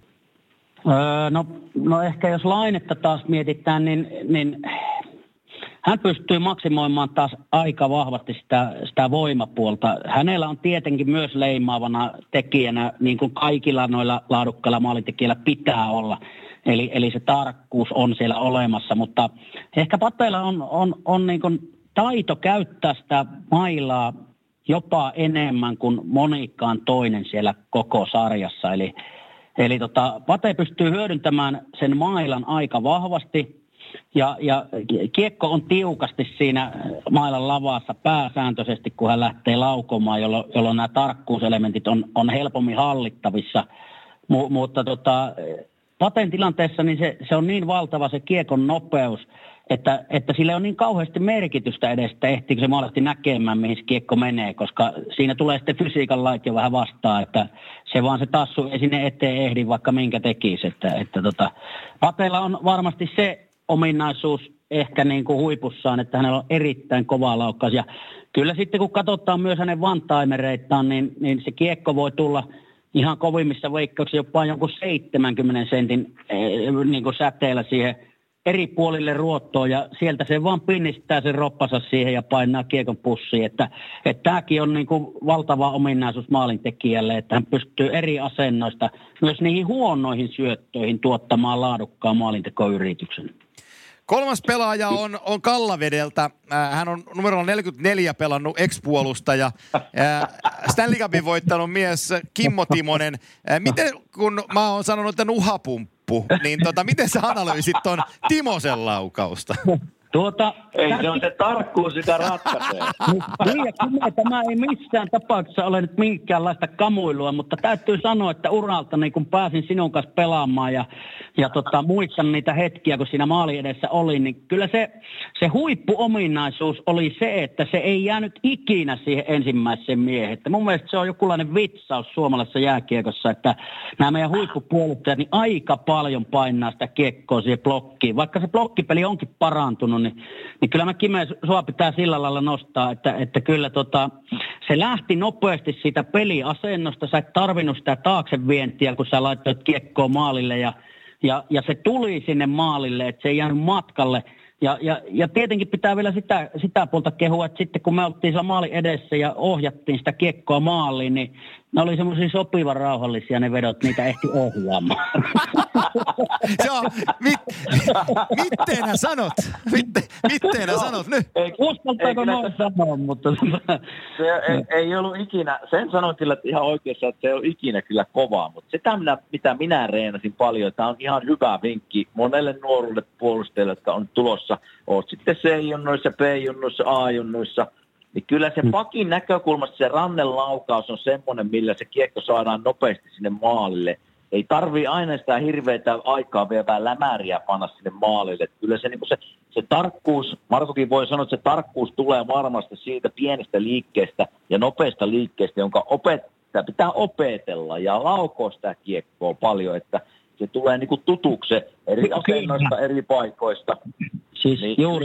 No ehkä jos Lainetta taas mietitään, niin hän pystyy maksimoimaan taas aika vahvasti sitä voimapuolta. Hänellä on tietenkin myös leimaavana tekijänä, niin kuin kaikilla noilla laadukkailla maalintekijöillä pitää olla. Eli se tarkkuus on siellä olemassa, mutta ehkä Patella on niin kuin taito käyttää sitä mailaa jopa enemmän kuin monikaan toinen siellä koko sarjassa. Eli Pate pystyy hyödyntämään sen mailan aika vahvasti ja kiekko on tiukasti siinä mailan lavassa pääsääntöisesti, kun hän lähtee laukomaan, jolloin nämä tarkkuuselementit on helpommin hallittavissa. Mutta Paten tilanteessa niin se on niin valtava se kiekon nopeus, että sillä on niin kauheasti merkitystä edes, että ehtiikö se maalivahti näkemään, mihin se kiekko menee, koska siinä tulee sitten fysiikan lait jo vähän vastaan, että se vaan se tassu ei sinne eteen ehdi, vaikka minkä tekisi. Että Patella on varmasti se ominaisuus ehkä niin kuin huipussaan, että hänellä on erittäin kova laukkaus. Ja kyllä sitten kun katsotaan myös hänen one-timereitaan, niin se kiekko voi tulla ihan kovimmissa veikkauksissa jopa jonkun 70 sentin niin kuin säteellä siihen eri puolille ruottoon ja sieltä se vaan pinnistää sen roppansa siihen ja painaa kiekon pussiin. Että tämäkin on niin kuin valtava ominaisuus maalintekijälle, että hän pystyy eri asennoista myös niihin huonoihin syöttöihin tuottamaan laadukkaan maalintekoyrityksen. Kolmas pelaaja on Kallavedeltä. Hän on numerolla 44 pelannut ex-puolustaja. Stanley Cupin voittanut mies Kimmo Timonen. Miten, kun mä oon sanonut, että nuhapumppu, niin miten sä analyysit ton Timosen laukausta? Ei, se on se tarkkuus, joka ratkaisee. Tämä ei missään tapauksessa ole nyt minkäänlaista kamuilua, mutta täytyy sanoa, että uralta niin kun pääsin sinun kanssa pelaamaan ja muistan niitä hetkiä, kun siinä maali edessä oli, niin kyllä se huippuominaisuus oli se, että se ei jäänyt ikinä siihen ensimmäiseen miehen. Että mun mielestä se on jokinlainen vitsaus suomalaisessa jääkiekossa, että nämä meidän huippupuolustajat niin aika paljon painaa sitä kiekkoa siihen blokkiin. Vaikka se blokkipeli onkin parantunut, niin kyllä mä Kime, sua pitää sillä lailla nostaa, että kyllä se lähti nopeasti siitä peliasennosta. Sä et tarvinnut sitä taaksevientiä, kun sä laittoit kiekkoa maalille ja se tuli sinne maalille, että se ei jäänyt matkalle. Ja tietenkin pitää vielä sitä puolta kehua, että sitten kun me oltiin siellä maalin edessä ja ohjattiin sitä kiekkoa maaliin, niin ne oli semmoisia sopivan rauhallisia ne vedot, niitä ehti ohjaamaan. Joo, mitteenä sanot? Mitteenä sanot nyt? Uskaltaako noin sanoa, mutta... Se ei ollut ikinä, sen sanoin kyllä ihan oikeassa, että se ei ole ikinä kyllä kovaa, mutta sitä mitä minä reenasin paljon, tämä on ihan hyvä vinkki monelle nuorulle puolustajille, jotka on tulossa, oot sitten C-junnuissa, B-junnuissa, A-junnuissa, niin kyllä se pakin näkökulmasta se rannelaukaus on semmoinen, millä se kiekko saadaan nopeasti sinne maalille. Ei tarvii aina sitä hirveätä aikaa vievää lämääriä panna sinne maalille. Että kyllä se, niin se tarkkuus, Markokin voi sanoa, että se tarkkuus tulee varmasti siitä pienestä liikkeestä ja nopeasta liikkeestä, jonka pitää opetella ja laukoa sitä kiekkoa paljon, että se tulee niin kuin tutuksi eri asennoista, eri paikoista. Siis niin juuri.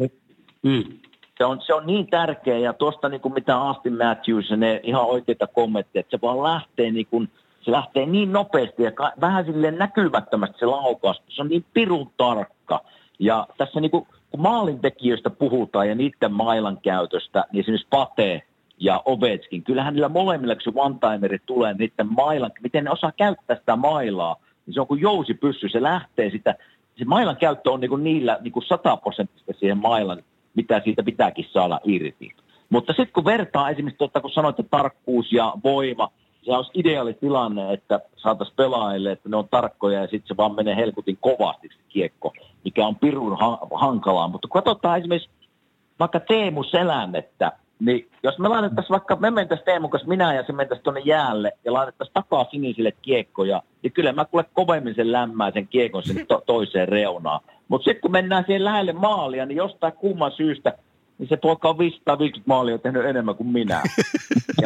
Se on niin tärkeä, ja tuosta niin kuin mitä Austin Matthews ja ne ihan oikeita kommentteja, että se vaan lähtee se lähtee niin nopeasti ja vähän silleen näkymättömästi se laukaus. Se on niin pirun tarkka. Ja tässä niin kuin, kun maalintekijöistä puhutaan ja niiden mailan käytöstä, niin esimerkiksi Pate ja Ovechkin, kyllähän niillä molemmilla, kun se one-timerit tulee, niiden mailan, miten ne osaa käyttää sitä mailaa, niin se on kuin jousipyssy, se lähtee sitä, se mailan käyttö on niin kuin niillä niin kuin 100% siihen mailan, mitä siitä pitääkin saada irti. Mutta sitten kun vertaa esimerkiksi, kun sanoit, että tarkkuus ja voima, se olisi ideaali tilanne, että saataisiin pelaajille, että ne on tarkkoja ja sitten se vaan menee helkutin kovasti se kiekko, mikä on pirun hankalaa. Mutta kun katsotaan esimerkiksi vaikka Teemu Selännettä, niin jos me laitettaisiin vaikka, me mentäisiin Teemun kanssa minä ja se mentäisiin tuonne jäälle ja laitettaisiin takaa sinisille kiekkoja, niin kyllä mä kuule kovemmin sen lämmää sen kiekon sen toiseen reunaan. Mutta sitten kun mennään siihen lähelle maalia, niin jostain kumman syystä, niin se poika on 550 maalia tehnyt enemmän kuin minä. Ja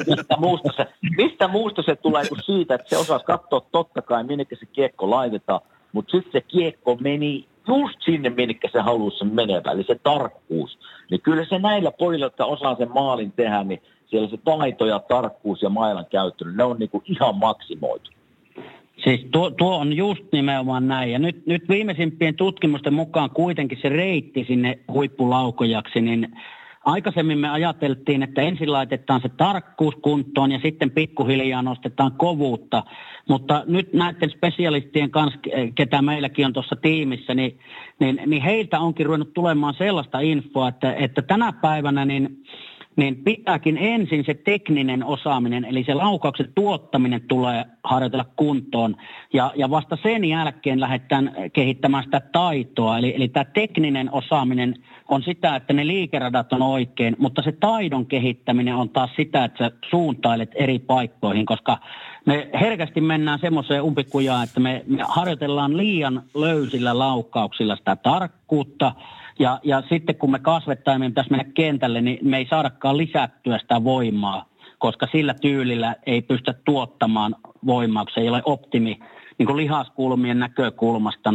mistä muusta se tulee kuin siitä, että se osasi katsoa totta kai, minnekä se kiekko laitetaan, mutta sitten se kiekko meni just sinne, minnekä se halusi sen menevän, eli se tarkkuus. Niin kyllä se näillä pojilla, jotka osaa sen maalin tehdä, niin siellä se taito ja tarkkuus ja mailan käyttö, ne on niinku ihan maksimoitu. Siis tuo on just nimenomaan näin. Ja nyt viimeisimpien tutkimusten mukaan kuitenkin se reitti sinne huippulaukojaksi, niin aikaisemmin me ajateltiin, että ensin laitetaan se tarkkuus kuntoon ja sitten pikkuhiljaa nostetaan kovuutta. Mutta nyt näiden spesialistien kanssa, ketä meilläkin on tuossa tiimissä, niin heiltä onkin ruvennut tulemaan sellaista infoa, että tänä päivänä niin pitääkin ensin se tekninen osaaminen, eli se laukauksen tuottaminen tulee harjoitella kuntoon. Ja vasta sen jälkeen lähdetään kehittämään sitä taitoa. Eli tämä tekninen osaaminen on sitä, että ne liikeradat on oikein, mutta se taidon kehittäminen on taas sitä, että sä suuntailet eri paikkoihin, koska me herkästi mennään semmoiseen umpikujaan, että me harjoitellaan liian löysillä laukauksilla sitä tarkkuutta. Ja sitten kun me kasvettaan ja me pitäisi mennä kentälle, niin me ei saadakaan lisättyä sitä voimaa, koska sillä tyylillä ei pystytä tuottamaan voimaa, kun se ei ole optimi niin kuin lihaskulmien näkökulmasta.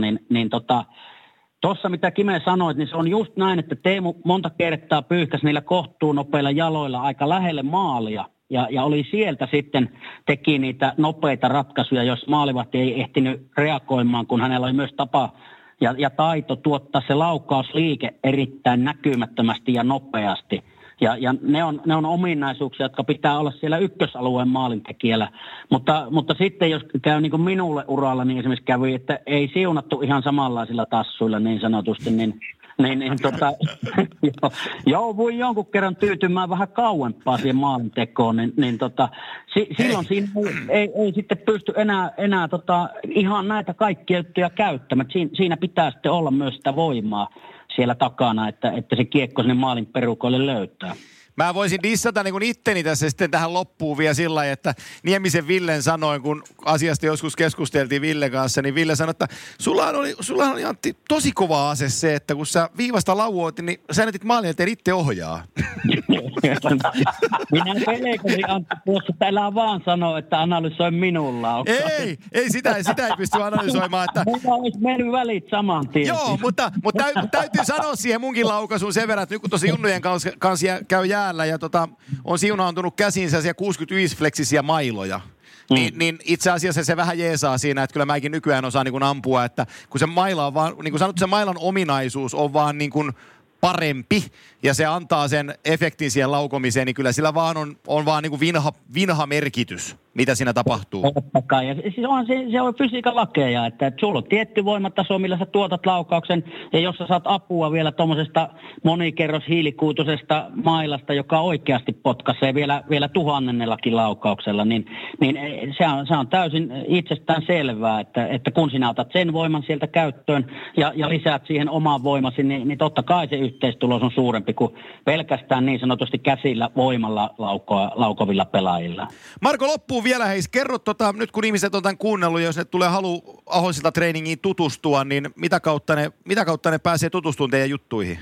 Tuossa mitä Kime sanoit, niin se on just näin, että Teemu monta kertaa pyyhkäsi niillä kohtuunopeilla jaloilla aika lähelle maalia. Ja oli sieltä sitten, teki niitä nopeita ratkaisuja, jos maalivahti ei ehtinyt reagoimaan, kun hänellä oli myös tapa ja taito tuottaa se laukausliike erittäin näkymättömästi ja nopeasti. Ja ne on ominaisuuksia, jotka pitää olla siellä ykkösalueen maalintekijällä. Mutta sitten jos käy niin kuin minulle uralla, niin esimerkiksi kävi, että ei siunattu ihan samanlaisilla tassuilla niin sanotusti, niin Jouduin jonkun kerran tyytymään vähän kauempaa siihen maalintekoon, silloin siinä ei sitten pysty enää ihan näitä kaikkia juttuja käyttämään. Siinä pitää sitten olla myös sitä voimaa siellä takana, että se kiekko sinne maalin perukoille löytää. Mä voisin dissata niin kuin itteni tässä sitten tähän loppuun vielä sillä lailla, että Niemisen Villen sanoin, kun asiasta joskus keskusteltiin Ville kanssa, niin Ville sanoi, että sulla oli Antti tosi kova ase se, että kun sä viivasta lauoitin, niin sä näytit maalin eteen itse ohjaa. Minä pelkäsin Antti tuossa, että älä vaan sano, että analysoi minulla. Ei, sitä ei pysty analysoimaan. Että... Mulla olisi mennyt välit saman tien. Joo, mutta täytyy sanoa siihen munkin laukaisuun sen verran, että nyt kun tosi junnujen kanssa käy jäällä ja on siunaantunut käsinsä siellä 65-fleksisiä mailoja, niin itse asiassa se vähän jeesaa siinä, että kyllä mäkin nykyään osaan niin kuin ampua, että kun se maila on vaan, niin kuin sanottu, se mailan ominaisuus on vaan niin kuin parempi ja se antaa sen efektin siihen laukomiseen, niin kyllä sillä vaan on vaan niin kuin vinha merkitys, mitä siinä tapahtuu. Totta kai. Ja se on fysiikan lakeja, että sulla on tietty voimataso, millä sä tuotat laukauksen, ja jos sä saat apua vielä tuommoisesta monikerros hiilikuutusesta mailasta, joka oikeasti potkaisee vielä 1000:llakin laukauksella, niin se on täysin itsestään selvää, että kun sinä otat sen voiman sieltä käyttöön ja lisäät siihen oman voimasi, niin totta kai se yhteistulos on suurempi kuin pelkästään niin sanotusti käsillä voimalla laukovilla pelaajilla. Marko, loppuun vielä kerro nyt kun ihmiset on tämän kuunnellut, jos ne tulee halu Ahosilta treeningiin tutustua, niin mitä kautta ne pääsee tutustumaan teidän juttuihin?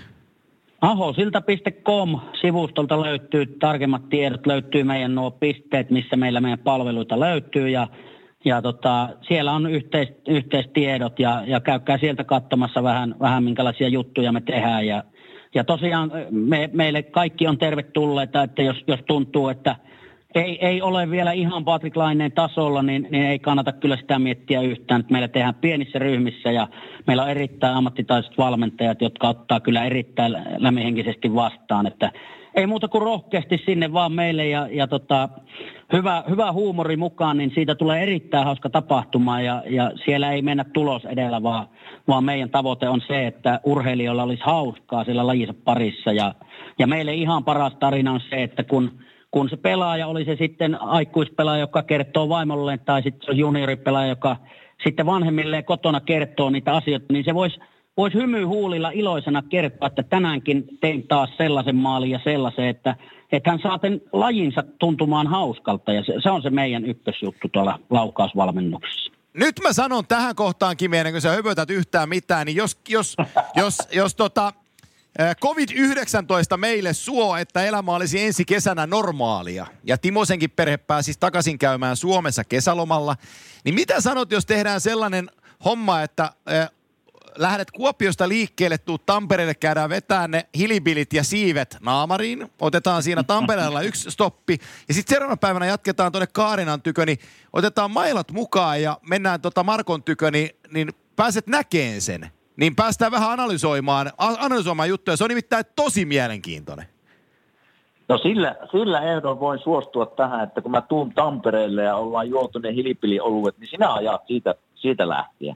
Ahosilta.com-sivustolta löytyy tarkemmat tiedot, löytyy meidän nuo pisteet, missä meidän palveluita löytyy ja siellä on yhteistiedot ja käykää sieltä katsomassa vähän minkälaisia juttuja me tehdään ja tosiaan meille kaikki on tervetulleita, että jos tuntuu, että ei ole vielä ihan Patrik Laineen tasolla, niin ei kannata kyllä sitä miettiä yhtään. Meillä tehdään pienissä ryhmissä ja meillä on erittäin ammattitaiset valmentajat, jotka ottaa kyllä erittäin lämminhenkisesti vastaan. Että ei muuta kuin rohkeasti sinne vaan meille ja hyvä huumori mukaan, niin siitä tulee erittäin hauska tapahtuma ja siellä ei mennä tulos edellä, vaan meidän tavoite on se, että urheilijoilla olisi hauskaa siellä lajinsa parissa ja meille ihan paras tarina on se, että kun se pelaaja, oli se sitten aikuispelaaja, joka kertoo vaimolleen, tai sitten se on junioripelaaja, joka sitten vanhemmilleen kotona kertoo niitä asioita, niin se voisi hymyhuulilla iloisena kertoa, että tänäänkin tein taas sellaisen maalin ja sellaisen, että hän saa sen lajinsa tuntumaan hauskalta, ja se on se meidän ykkösjuttu tuolla laukausvalmennuksessa. Nyt mä sanon tähän kohtaan, Kimi, ennen kuin sä höpötät yhtään mitään, niin jos COVID-19 meille suo, että elämä olisi ensi kesänä normaalia ja Timosenkin perhe pääsisi takaisin käymään Suomessa kesälomalla, niin mitä sanot, jos tehdään sellainen homma, että lähdet Kuopiosta liikkeelle, tuut Tampereelle, käydään vetään ne hilibilit ja siivet naamariin, otetaan siinä Tampereella yksi stoppi ja sitten seuraavana päivänä jatketaan tuonne Kaarinan tykö, niin otetaan mailat mukaan ja mennään Markon tykö, niin pääset näkeen sen. Niin päästään vähän analysoimaan juttuja. Se on nimittäin tosi mielenkiintoinen. No sillä ehdolla voin suostua tähän, että kun mä tuun Tampereelle ja ollaan juotu ne hilipilioluet, niin sinä ajat siitä lähtien.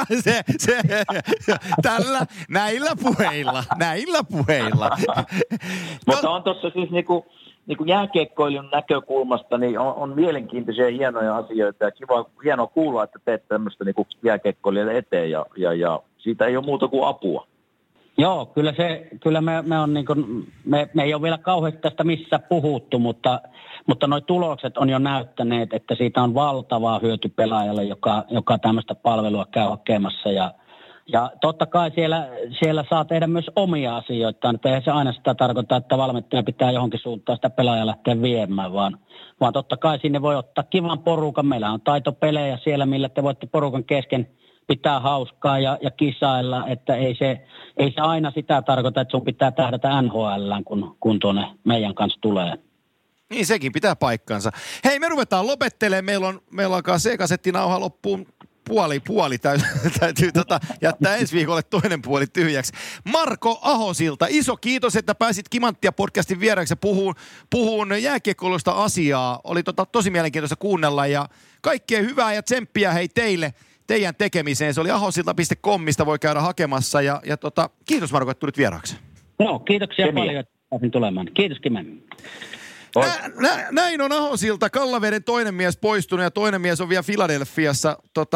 näillä puheilla. Mutta on tuossa siis niinku jääkiekkoilun näkökulmasta, niin on mielenkiintoisia ja hienoja asioita ja hienoa kuulla, että teet tämmöistä niinku jääkiekkoilijalle eteen ja siitä ei ole muuta kuin apua. Joo, kyllä me on niin kuin, me ei ole vielä kauheasti tästä missä puhuttu, mutta nuo tulokset on jo näyttäneet, että siitä on valtavaa hyöty pelaajalle, joka tämmöistä palvelua käy hakemassa ja totta kai siellä saa tehdä myös omia asioita, että eihän se aina sitä tarkoita, että valmentaja pitää johonkin suuntaan sitä pelaajaa lähteä viemään, vaan totta kai sinne voi ottaa kivan porukan. Meillä on taitopelejä siellä, millä te voitte porukan kesken pitää hauskaa ja kisailla, että ei se aina sitä tarkoita, että sun pitää tähdätä NHL:ään, kun tuonne meidän kanssa tulee. Niin sekin pitää paikkansa. Hei, me ruvetaan lopettelemaan. Meillä alkaa C-kasettinauha loppuun puoli. Täytyy jättää ensi viikolle toinen puoli tyhjäksi. Marko Ahosilta, iso kiitos, että pääsit Kimanttia podcastin vieraksi puhuun jääkiekkoilusta asiaa. Oli tosi mielenkiintoista kuunnella ja kaikkea hyvää ja tsemppiä hei teille teidän tekemiseen. Se oli ahosilta.comista, voi käydä hakemassa. Ja kiitos Marko, että tulit vieraaksi. No, kiitoksia paljon, että pääsin tulemaan. Kiitos Kime. Näin on Ahosilta. Kallaveden toinen mies poistunut ja toinen mies on vielä Filadelfiassa.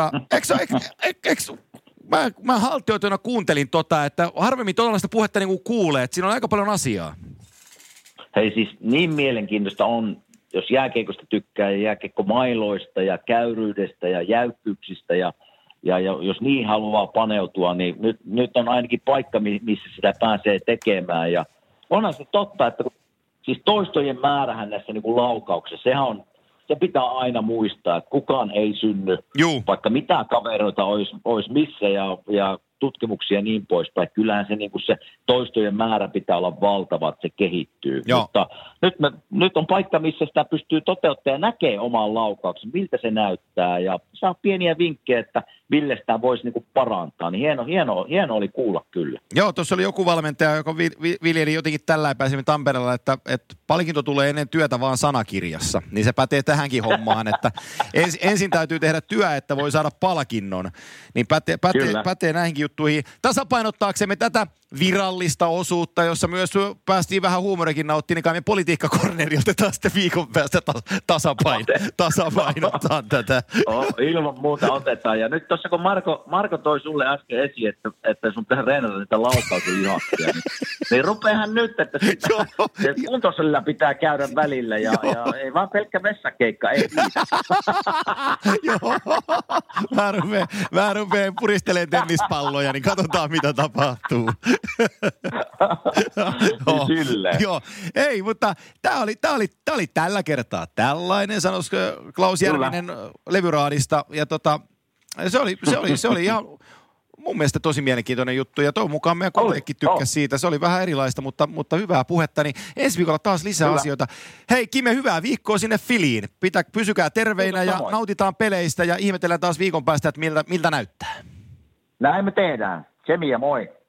Mä haltioituna kuuntelin että harvemmin tuollaista puhetta niin kuin kuulee, että siinä on aika paljon asiaa. Hei siis niin mielenkiintoista on, jos jääkiekosta tykkää ja jääkiekkomailoista ja käyryydestä ja jäykkyyksistä ja jos niin haluaa paneutua, niin nyt on ainakin paikka, missä sitä pääsee tekemään. Ja onhan se totta, että siis toistojen määrähän näissä niin kuin laukauksessa, se pitää aina muistaa, että kukaan ei synny, vaikka mitä kavereita olisi missä ja tutkimuksia ja niin poispäin. Kyllähän se, niin kuin se toistojen määrä pitää olla valtava, että se kehittyy. Joo. Mutta nyt on paikka, missä sitä pystyy toteuttamaan ja näkee oman laukauksen, miltä se näyttää ja saa pieniä vinkkejä, että millä sitä voisi niin kuin parantaa. Niin hieno oli kuulla kyllä. Joo, tuossa oli joku valmentaja, joka viljeli jotenkin tällä pääsimme Tampereella, että palkinto tulee ennen työtä vaan sanakirjassa. Niin se pätee tähänkin hommaan, että ensin täytyy tehdä työ, että voi saada palkinnon. Niin pätee näihinkin juttuihin. Tasapainottaaksemme tätä virallista osuutta, jossa myös päästiin vähän huumorikin nauttiin, niin kai me politiikkakornerilta taas sitten viikon päästä tasapainottaa tätä. Ilman muuta otetaan. Ja nyt tuossa kun Marko toi sulle äsken esiin, että sun pitää reenata niitä laukautulihaksia, niin rupeahan nyt, että se kuntosalilla pitää käydä välillä ja ei vaan pelkkä vessakeikka, ei Joo, mä rupean puristelemaan tennispalloja, niin katsotaan mitä tapahtuu. Joo, ei, mutta tää oli tällä kertaa tällainen, sanoisiko Klaus Järvinen Levyraadista, ja se oli ihan mun mielestä tosi mielenkiintoinen juttu, ja toivon mukaan meidän kollegikin tykkäsi siitä. Se oli vähän erilaista, mutta hyvää puhetta, niin ensi viikolla taas lisää asioita. Hei Kime, hyvää viikkoa sinne Filiin. Pysykää terveinä ja nautitaan peleistä ja ihmetellään taas viikon päästä, että miltä näyttää. Näin me tehdään. Tsemi ja moi.